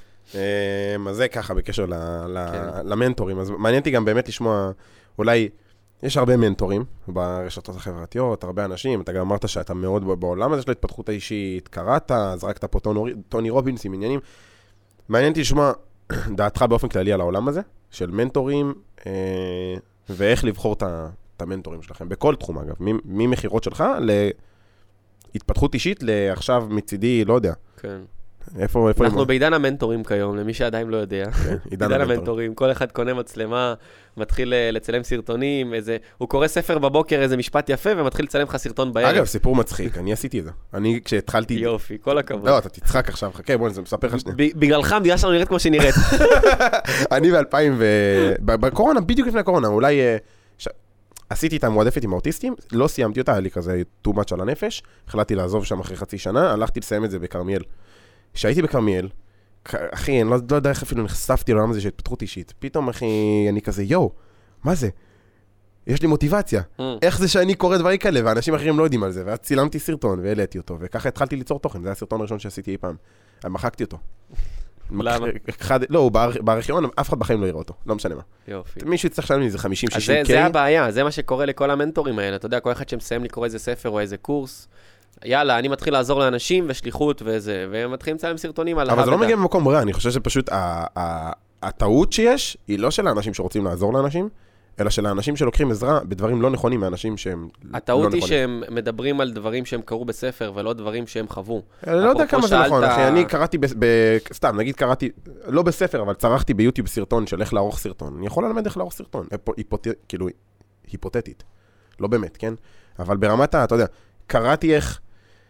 אז זה ככה בקשר למנטורים. אז מעניין אותי גם באמת לשמוע, אולי, יש הרבה מנטורים ברשתות החברתיות, הרבה אנשים, אתה גם אמרת שאתה מאוד בעולם הזה של ההתפתחות האישית, קראת, זרקת פה טוני רובינס עם עניינים. מעניין אותי לשמוע דעתך באופן כללי על העולם הזה, של מנטורים, אה, ואיך לבחור את המנטורים שלכם, בכל תחום אגב, ממחירות שלך להתפתחות אישית, לעכשיו מצידי, לא יודע. כן. איפה, איפה אנחנו בעידן המנטורים כיום, למי שעדיין לא יודע. כן, עידן המנטורים. כל אחד קונה מצלמה, מתחיל לצלם סרטונים, איזה, הוא קורא ספר בבוקר, איזה משפט יפה, ומתחיל לצלם לך סרטון בערב. אגב, סיפור מצחיק, אני עשיתי את זה. אני, כשהתחלתי... יופי, כל הכבוד. לא, אתה תצחק עכשיו, חכה, בוא, אני מספר לך שנייה. בגללך, המדינה שלנו נראית כמו שנראית. אני ב-אלפיים ו... בקורונה, בדיוק לפני הקורונה, אולי... עשיתי את המועדפת עם האוטיסטים, לא סיימתי אותה, היה לי כזה too much על הנפש, החלטתי לעזוב שם אחרי חצי שנה, הלכתי לסיים את זה בכרמיאל. כשהייתי בכרמיאל, אחי, אני לא, לא יודע איך אפילו נחשפתי לעולם הזה של התפתחות אישית. פתאום, אחי, אני כזה, יו, מה זה? יש לי מוטיבציה. Mm. איך זה שאני קורא דברים כאלה, ואנשים אחרים לא יודעים על זה, ואז צילמתי סרטון והעליתי אותו, וככה התחלתי ליצור תוכן, זה היה הסרטון הראשון שעשיתי אי פעם. מחקתי אותו. למה? אחד, לא, הוא בארכיון, אף אחד בחיים לא יראה אותו, לא משנה מה. יופי. מישהו יצטרך לשלם לי איזה חמישים שישים קיי. אז זה הבעיה, זה מה שקורה לכל המנטורים האלה. אתה יודע, כל אחד שמסיים לקרוא איזה ספר או איזה קורס, יאללה, אני מתחיל לעזור לאנשים ושליחות וזה, והם מתחילים לצלם סרטונים על אבל זה לא מגיע ממקום רע, אני חושב שפשוט הטעות שיש, היא לא של האנשים שרוצים לעזור לאנשים, אלא של האנשים שלוקחים עזרה בדברים לא נכונים מהאנשים שהם לא נכונים. הטעות היא שהם מדברים על דברים שהם קראו בספר, ולא דברים שהם חוו. אני לא יודע כמה זה נכון, אחי, אני קראתי, סתם, נגיד קראתי, לא בספר, אבל צרכתי ביוטיוב סרטון של איך לערוך סרטון. אני יכול ללמד איך לערוך סרטון, כאילו, היפותטית. לא באמת, כן? אבל ברמת ה, אתה יודע, קראתי איך,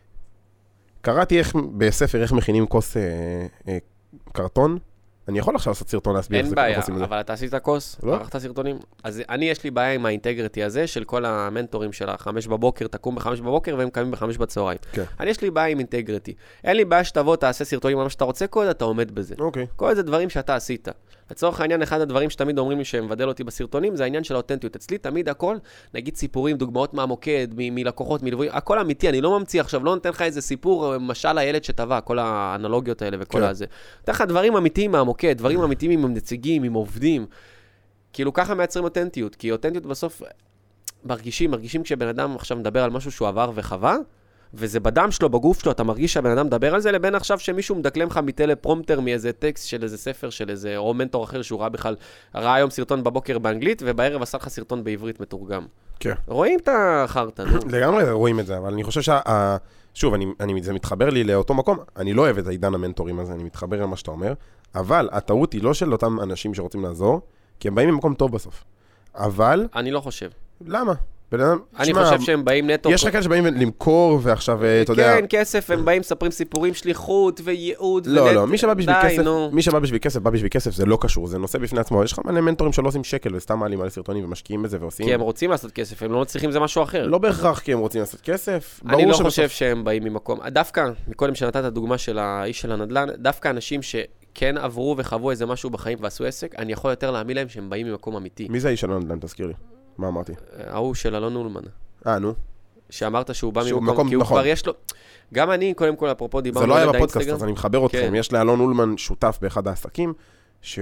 קראתי איך בספר, איך מכינים כוס אה, אה, קרטון. אני יכול עכשיו לעשות סרטון להסביר. אין בעיה, אבל אתה עשית כוס, ערכת סרטונים. אז אני, יש לי בעיה עם האינטגריטי הזה, של כל המנטורים של החמש בבוקר, תקום בחמש בבוקר, והם קמים בחמש בצהריים. אני, יש לי בעיה עם אינטגריטי. אין לי בעיה שתבוא, תעשה סרטונים על מה שאתה רוצה, כל אתה עומד בזה. כל זה דברים שאתה עשית. לצורך העניין, אחד הדברים שתמיד אומרים לי שהם מבדל אותי בסרטונים, זה העניין של האותנטיות. אצלי תמיד הכל, נגיד סיפורים, דוגמאות מהמוקד, מלקוחות, מלווים, הכל אמיתי, אני לא ממציא עכשיו, לא נותן לך איזה סיפור, משל הילד שטבע, כל האנלוגיות האלה וכל הזה. נותן לך דברים אמיתיים מהמוקד, דברים אמיתיים עם נציגים, עם עובדים. כאילו ככה מייצרים אותנטיות, כי אותנטיות בסוף מרגישים, מרגישים כשבן אדם עכשיו מדבר על משהו שהוא עבר וחווה, וזה בדם שלו, בגוף שלו, אתה מרגיש שהבן אדם מדבר על זה, לבין עכשיו שמישהו מדקלם לך מטלפרומפטר מאיזה טקסט של איזה ספר, של איזה או מנטור אחר שהוא ראה בכלל, ראה היום סרטון בבוקר באנגלית, ובערב עשה לך סרטון בעברית מתורגם. כן. רואים את החרטה, נו. לגמרי רואים את זה, אבל אני חושב שה... שוב, אני, אני, זה מתחבר לי לאותו מקום, אני לא אוהב את העידן המנטורים הזה, אני מתחבר למה שאתה אומר, אבל הטעות היא לא של אותם אנשים שרוצים לעזור, כי הם באים ממקום טוב בסוף. אבל... אני לא חושב. למה? אני חושב שהם באים נטו... יש רק כאלה שבאים למכור, ועכשיו, אתה יודע... כן, כסף, הם באים, מספרים סיפורים, שליחות וייעוד. לא, לא, מי שבא בשביל כסף, מי שבא בשביל כסף, בא בשביל כסף, זה לא קשור, זה נושא בפני עצמו. יש לך מלא מנטורים שלא עושים שקל, וסתם מעלים על סרטונים ומשקיעים בזה ועושים... כי הם רוצים לעשות כסף, הם לא צריכים זה משהו אחר. לא בהכרח כי הם רוצים לעשות כסף. אני לא חושב שהם באים ממקום. דווקא, מקודם שנתת הדוגמה של האיש של הנדל"ן, דווקא אנשים שכן עברו וחוו איזה משהו בחיים ועשו עסק, אני יכול יותר להאמין להם שהם באים ממקום אמיתי. מי זה האיש של הנדל"ן, תזכיר לי? מה אמרתי? ההוא של אלון אולמן. אה, נו. שאמרת שהוא בא ממקום, כי הוא כבר יש לו... גם אני, קודם כל, אפרופו דיברנו... זה לא היה בפודקאסט, אז אני מחבר אתכם. יש לאלון אולמן שותף באחד העסקים, ש...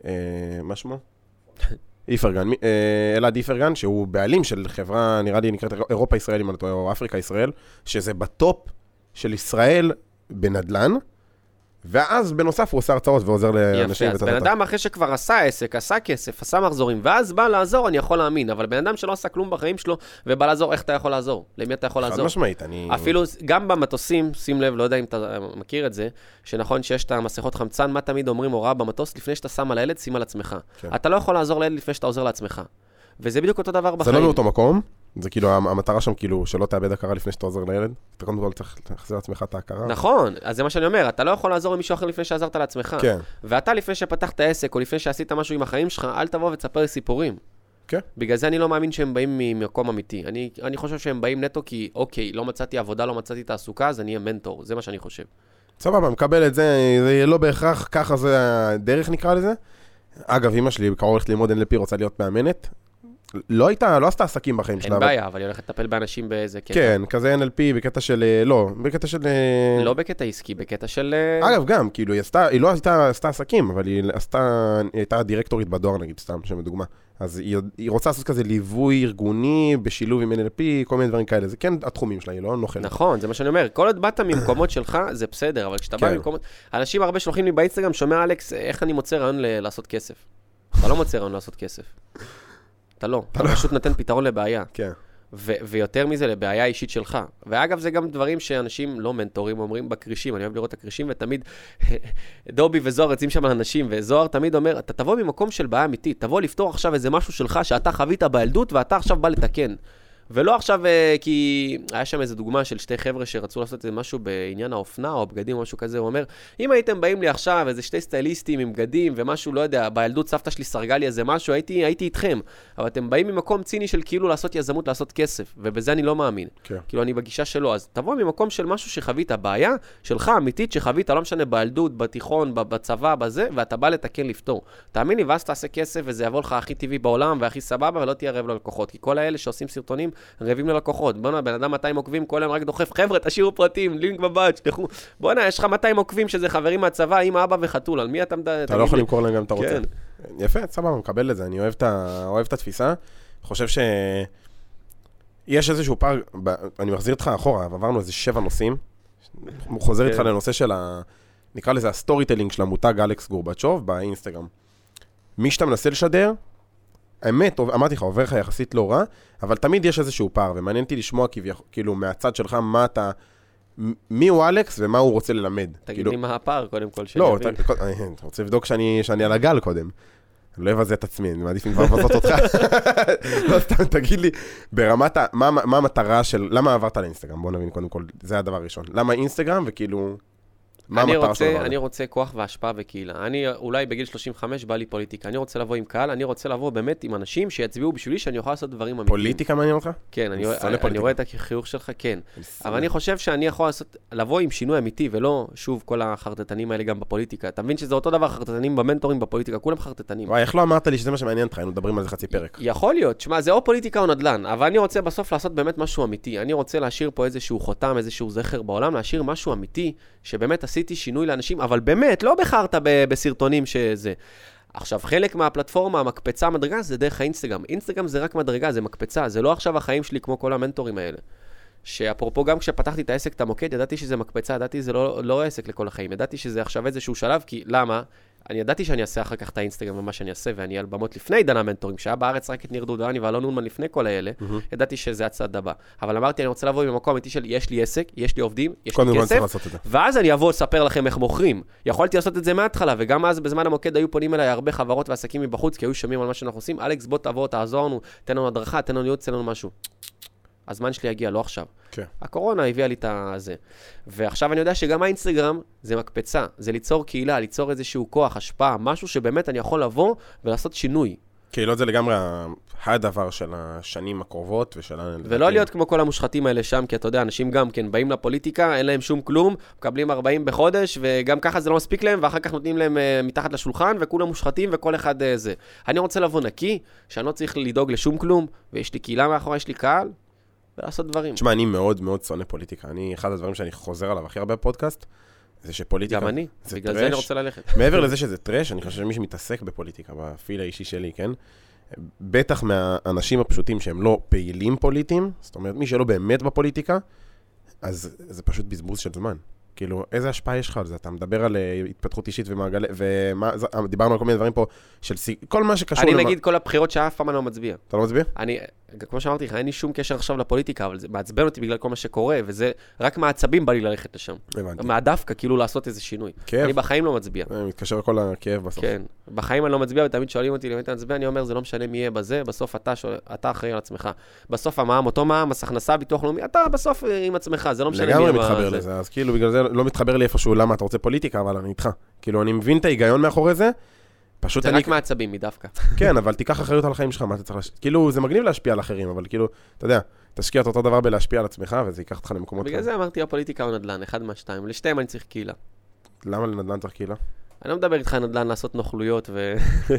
מה שמו? איפרגן, אלעד איפרגן, שהוא בעלים של חברה, נראה לי נקראת אירופה ישראל, או אפריקה ישראל, שזה בטופ של ישראל בנדל"ן, ואז בנוסף הוא עושה הרצאות ועוזר לאנשים. יפה, אז בן אדם אחרי שכבר עשה עסק, עשה כסף, עשה מחזורים, ואז בא לעזור, אני יכול להאמין, אבל בן אדם שלא עשה כלום בחיים שלו, ובא לעזור, איך אתה יכול לעזור? למי אתה יכול לעזור? חד משמעית, אני... אפילו גם במטוסים, שים לב, לא יודע אם אתה מכיר את זה, שנכון שיש את המסכות חמצן, מה תמיד אומרים הוראה במטוס, לפני שאתה שם על הילד, שים על עצמך. אתה לא יכול לעזור לילד לפני שאתה עוזר לעצמך. וזה בדיוק אותו דבר בחיים. זה לא באותו מקום, זה כאילו, המטרה שם כאילו שלא תאבד הכרה לפני שאתה עוזר לילד. אתה קודם כל צריך להחזיר לעצמך את ההכרה. נכון, אז זה מה שאני אומר, אתה לא יכול לעזור למישהו אחר לפני שעזרת לעצמך. כן. ואתה לפני שפתחת עסק, או לפני שעשית משהו עם החיים שלך, אל תבוא ותספר לי סיפורים. כן. בגלל זה אני לא מאמין שהם באים ממקום אמיתי. אני, אני חושב שהם באים נטו כי, אוקיי, לא מצאתי עבודה, לא מצאתי תעסוקה, אז אני אהיה מנטור. זה מה שאני חושב. סבבה, מקבל את זה, זה לא בהכרח, ככה זה הדרך נקרא לזה. אגב, אמא שלי בקרוב הולכת ללמוד אן אל פי, רוצה להיות מאמנת. לא הייתה, לא עשתה עסקים בחיים שלה. אין בעיה, אבל היא הולכת לטפל באנשים באיזה קטע. כן, כזה אן אל פי בקטע של, לא, בקטע של... לא בקטע עסקי, בקטע של... אגב, גם, כאילו, היא עשתה, היא לא עשתה, עשתה עסקים, אבל היא עשתה, היא הייתה דירקטורית בדואר, נגיד, סתם, שם דוגמה. אז היא, היא רוצה לעשות כזה ליווי ארגוני, בשילוב עם אן אל פי, כל מיני דברים כאלה. זה כן התחומים שלה, היא לא נוחלת. נכון, זה מה שאני אומר. כל עוד באת ממקומות שלך, זה בסדר, אבל כשאתה בא ממקומות... אנשים הרבה שולחים לי באינסטגרם, שומע אלכס, איך אני מוצא רעיון לעשות כסף? אתה לא מוצא רעיון לעשות כסף. אתה לא, אתה פשוט נותן פתרון לבעיה. כן. ויותר מזה, לבעיה אישית שלך. ואגב, זה גם דברים שאנשים לא מנטורים אומרים בקרישים, אני אוהב לראות את הקרישים, ותמיד דובי וזוהר יוצאים שם על אנשים, וזוהר תמיד אומר, אתה תבוא ממקום של בעיה אמיתית, תבוא לפתור עכשיו איזה משהו שלך, שאתה חווית בילדות, ואתה עכשיו בא לתקן. ולא עכשיו, כי היה שם איזו דוגמה של שתי חבר'ה שרצו לעשות איזה משהו בעניין האופנה או בגדים או משהו כזה, הוא אומר, אם הייתם באים לי עכשיו איזה שתי סטייליסטים עם בגדים ומשהו, לא יודע, בילדות סבתא שלי סרגה לי איזה משהו, הייתי, הייתי איתכם. אבל אתם באים ממקום ציני של כאילו לעשות יזמות, לעשות כסף, ובזה אני לא מאמין. כן. כאילו אני בגישה שלו, אז תבוא ממקום של משהו שחווית, הבעיה שלך אמיתית שחווית, לא משנה בילדות, בתיכון, בצבא, בזה, ואתה בא לתקן לפתור. תאמין לי, ואז תעשה כסף וזה יבוא לך הכי טבעי בעולם והכי סבבה, ולא תהיה רעב ללקוחות. כי כל האלה שעושים סרטונים רעבים ללקוחות. בוא'נה, בן אדם מאתיים עוקבים, כל היום רק דוחף, חבר'ה, תשאירו פרטים, לינק בבית, שלחו. בוא'נה, יש לך מאתיים עוקבים שזה חברים מהצבא, אמא, אבא וחתול, על מי אתה מדבר? אתה לא יכול למכור להם גם אתה רוצה. יפה, סבבה, מקבל את זה, אני אוהב את התפיסה. חושב ש... יש איזשהו פער, אני מחזיר אותך אחורה, עברנו איזה שבע נושאים, חוזר איתך לנושא של ה... נקרא לזה הסטורי טלינג של המותג אלכס גורבצ'וב באינסטגרם. מי שאתה מנסה לשדר, האמת, אמרתי לך, עובר לך יחסית לא רע, אבל תמיד יש איזשהו פער, ומעניין אותי לשמוע כאילו מהצד שלך מה אתה, מי הוא אלכס ומה הוא רוצה ללמד. תגיד לי מה הפער קודם כל שאני לא, אבין. אתה רוצה לבדוק שאני על הגל קודם. אני לא אבזה את עצמי, אני מעדיף אם כבר לבזות אותך. לא, סתם, תגיד לי, ברמת, מה המטרה של, למה עברת לאינסטגרם? בוא נבין קודם כל, זה הדבר הראשון. למה אינסטגרם וכאילו... אני רוצה, אני רוצה כוח והשפעה וקהילה. אני אולי בגיל שלושים וחמש בא לי פוליטיקה. אני רוצה לבוא עם קהל, אני רוצה לבוא באמת עם אנשים שיצביעו בשבילי שאני אוכל לעשות דברים אמיתיים. פוליטיקה מעניין אותך? כן, אני, אני, אני רואה את החיוך שלך, כן. אבל אני חושב שאני יכול לעשות, לבוא עם שינוי אמיתי, ולא שוב כל החרטטנים האלה גם בפוליטיקה. אתה מבין שזה אותו דבר חרטטנים במנטורים בפוליטיקה, כולם חרטטנים. וואי, איך לא אמרת לי שזה מה שמעניין אותך? היינו מדברים על זה חצי פרק. יכול להיות, שמה, זה או פוליטיקה או נדל"ן, אבל אני רוצה בסוף לעשות באמת משהו אמיתי. אני רוצה להשאיר פה איזשהו חותם, איזשהו זכר בעולם, להשאיר משהו אמיתי, שבאמת עשיתי שינוי לאנשים, אבל באמת, לא בחרת ב- בסרטונים שזה. עכשיו, חלק מהפלטפורמה, המקפצה, המדרגה, זה דרך האינסטגרם. אינסטגרם זה רק מדרגה, זה מקפצה, זה לא עכשיו החיים שלי כמו כל המנטורים האלה. שאפרופו גם כשפתחתי את העסק, את המוקד, ידעתי שזה מקפצה, ידעתי שזה לא, לא עסק לכל החיים, ידעתי שזה עכשיו איזשהו שלב, כי למה? אני ידעתי שאני אעשה אחר כך את האינסטגרם ומה שאני אעשה, ואני על במות לפני עידן המנטורים, שהיה בארץ רק את ניר דודני ואלון אולמן לפני כל האלה, ידעתי שזה הצד הבא. אבל אמרתי, אני רוצה לבוא ממקום אמיתי של יש לי עסק, יש לי עובדים, יש לי כסף, ואז אני אבוא לספר לכם איך מוכרים. יכולתי לעשות את זה מההתחלה, וגם אז בזמן המוקד היו פונים אליי הרבה חברות ועסקים מבחוץ, כי היו שומעים על מה שאנחנו עושים. אלכס, בוא תבוא, תעזור לנו, תן לנו הדרכה, תן לנו ייעוץ, תן לנו משהו. הזמן שלי יגיע, לא עכשיו. כן. הקורונה הביאה לי את זה. ועכשיו אני יודע שגם האינסטגרם זה מקפצה, זה ליצור קהילה, ליצור איזשהו כוח, השפעה, משהו שבאמת אני יכול לבוא ולעשות שינוי. קהילות זה לגמרי הדבר של השנים הקרובות ושל... ולא להיות כמו כל המושחתים האלה שם, כי אתה יודע, אנשים גם כן באים לפוליטיקה, אין להם שום כלום, מקבלים ארבעים בחודש, וגם ככה זה לא מספיק להם, ואחר כך נותנים להם מתחת לשולחן, וכולם מושחתים וכל אחד זה. אני רוצה לבוא נקי, שאני לא צריך לדאוג לשום כלום, ויש לי קהילה מאחורי, יש לי קהל, ולעשות דברים. תשמע, אני מאוד מאוד שונא פוליטיקה. אני, אחד הדברים שאני חוזר עליו הכי הרבה בפודקאסט, זה שפוליטיקה... גם אני, בגלל זה אני רוצה ללכת. מעבר לזה שזה טרש, אני חושב שמי שמתעסק בפוליטיקה, בפיל האישי שלי, כן? בטח מהאנשים הפשוטים שהם לא פעילים פוליטיים, זאת אומרת, מי שלא באמת בפוליטיקה, אז זה פשוט בזבוז של זמן. כאילו, איזה השפעה יש לך על זה? אתה מדבר על התפתחות אישית ומעגלי, ודיברנו על כל מיני דברים פה, של כל מה שקשור... אני נגיד כל הבחירות שאף פעם אני לא מצביע. אתה לא מצביע? אני, כמו שאמרתי לך, אין לי שום קשר עכשיו לפוליטיקה, אבל זה מעצבן אותי בגלל כל מה שקורה, וזה רק מהעצבים בא לי ללכת לשם. הבנתי. מהדווקא, כאילו לעשות איזה שינוי. כאב. אני בחיים לא מצביע. מתקשר לכל הכאב בסוף. כן. בחיים אני לא מצביע, ותמיד שואלים אותי למי אתה מצביע, אני אומר, זה לא משנה מי יהיה בזה, בסוף אתה, אתה אחראי על עצמך. בסוף המע"מ, אותו מע"מ, מס הכנסה, ביטוח לאומי, אתה בסוף עם עצמך, זה לא משנה מי יהיה לגמרי מתחבר לזה, אז כאילו בגלל זה לא מתחבר לי איפשהו למה אתה רוצה פוליטיקה, אבל אני איתך. כאילו אני מבין את ההיגיון מאחורי זה, פשוט זה אני... רק מעצבים מדווקא. כן, אבל תיקח אחריות על החיים שלך, מה אתה צריך להשפיע? כאילו, זה מגניב להשפיע על אחרים, אבל כאילו, אתה יודע, תשקיע את אותו דבר בלהשפיע על עצמך, וזה ייקח אותך למקומות... בגלל זה אמרתי, הפוליטיקה או נדל"ן, אחד מהשתיים. לשתיים אני צריך קהילה. למה לנדל"ן צריך קהילה? אני לא מדבר איתך נדל"ן לעשות נוכלויות ו...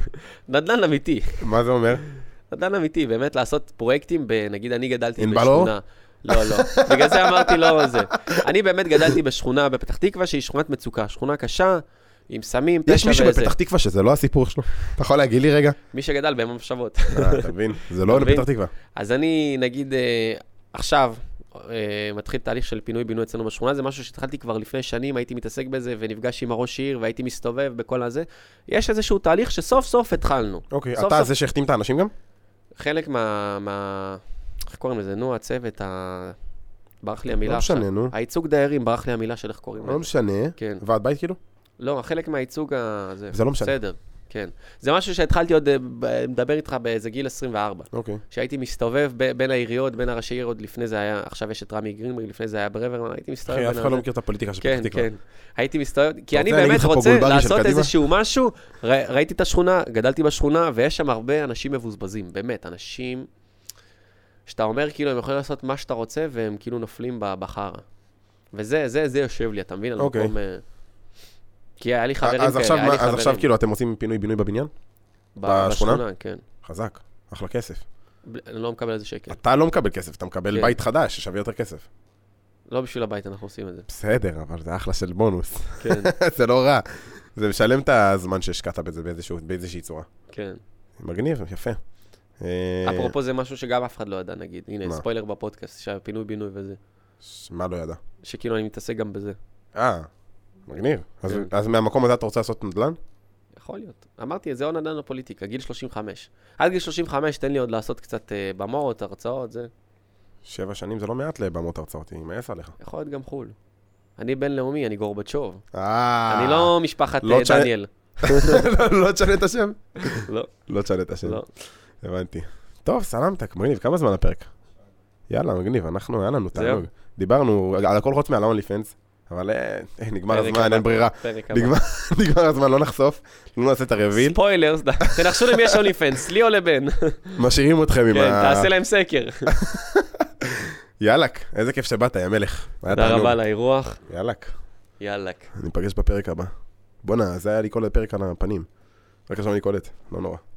נדל"ן אמיתי. מה זה אומר? נדל"ן אמיתי, באמת לעשות פרויקטים, נגיד אני גדלתי בשכונה... לא, לא. בגלל זה אמרתי לא זה. אני באמת גדלתי בשכונה בפתח תקווה, שהיא שכונת מצוקה, שכונה קשה, עם סמים, פשע יש וזה. מישהו בפתח תקווה שזה לא הסיפור שלו? אתה יכול להגיד לי רגע? מי שגדל בהם המושבות. אה, אתה מבין? זה לא בפתח תקווה. אז אני, נגיד, עכשיו, מתחיל תהליך של פינוי-בינוי אצלנו בשכונה, זה משהו שהתחלתי כבר לפני שנים, הייתי מתעסק בזה, ונפגש עם הראש עיר, והייתי מסתובב בכל הזה. יש איזשהו תהליך שסוף סוף התחלנו. אוקיי, אתה זה שהחתים את האנשים גם? חלק מה... איך קוראים לזה? נו, הצוות, ה... ברח לי המילה לא משנה, נו. הייצוג דיירים, ברח לי המילה של איך קוראים לזה. לא משנה. כן. ועד בית כאילו? לא, חלק מהייצוג הזה. זה לא משנה. בסדר, כן. זה משהו שהתחלתי עוד לדבר איתך באיזה גיל עשרים וארבע. אוקיי. שהייתי מסתובב בין העיריות, בין הראשי עיר, עוד לפני זה היה, עכשיו יש את רמי גרינברג, לפני זה היה ברברמן, הייתי מסתובב בין... אחי, אף אחד לא מכיר את הפוליטיקה של פתח תקווה. כן, כן. הייתי מסתובב, כי אני באמת רוצה לעשות איזשהו משהו, ראיתי את השכונה, גדלתי בשכונה, ויש שם הרבה אנשים מבוזבזים, באמת, אנשים שאתה אומר, כאילו, הם יכולים לעשות מה שאתה רוצה, והם כאילו נופלים בחרה. וזה, זה, זה יושב לי, אתה מבין? על מקום... כי היה לי חברים כאלה, היה לי חברים. אז עכשיו כאילו אתם עושים פינוי-בינוי בבניין? בשכונה, כן. חזק, אחלה כסף. אני לא מקבל איזה שקל. אתה לא מקבל כסף, אתה מקבל בית חדש, ששווה יותר כסף. לא בשביל הבית אנחנו עושים את זה. בסדר, אבל זה אחלה של בונוס. כן. זה לא רע. זה משלם את הזמן שהשקעת בזה באיזושהי צורה. כן. מגניב, יפה. אפרופו זה משהו שגם אף אחד לא ידע, נגיד. הנה, ספוילר בפודקאסט, שהפינוי בינוי וזה. מה לא ידע? שכאילו אני מתעסק גם בזה. אה, מגניב. אז מהמקום הזה אתה רוצה לעשות נדל"ן? יכול להיות. אמרתי, זה או נדל"ן או פוליטיקה, גיל שלושים וחמש. עד גיל שלושים וחמש תן לי עוד לעשות קצת במות, הרצאות, זה. שבע שנים זה לא מעט לבמות הרצאות, אני מעש עליך. יכול להיות גם חול. אני בינלאומי, אני גורבצ'וב. אה. אני לא משפחת דניאל. לא תשנה את השם? לא. לא תשנה את השם. לא. הבנתי. טוב, סלמתק, מגניב, כמה זמן הפרק? יאללה, מגניב, אנחנו, היה לנו תענוג. דיברנו על הכל חוץ מעל ה-OnlyFans, אבל נגמר הזמן, אין ברירה. נגמר הזמן, לא נחשוף, לא נעשה את הרביל. ספוילרס, תנחשו למי יש OnlyFans, לי או לבן. משאירים אתכם עם ה... כן, תעשה להם סקר. יאלק, איזה כיף שבאת, יא מלך. תודה רבה על האירוח. יאלק. יאלק. ניפגש בפרק הבא. בוא'נה, זה היה לי כל הפרק על הפנים. רק עכשיו אני קולט, לא נורא.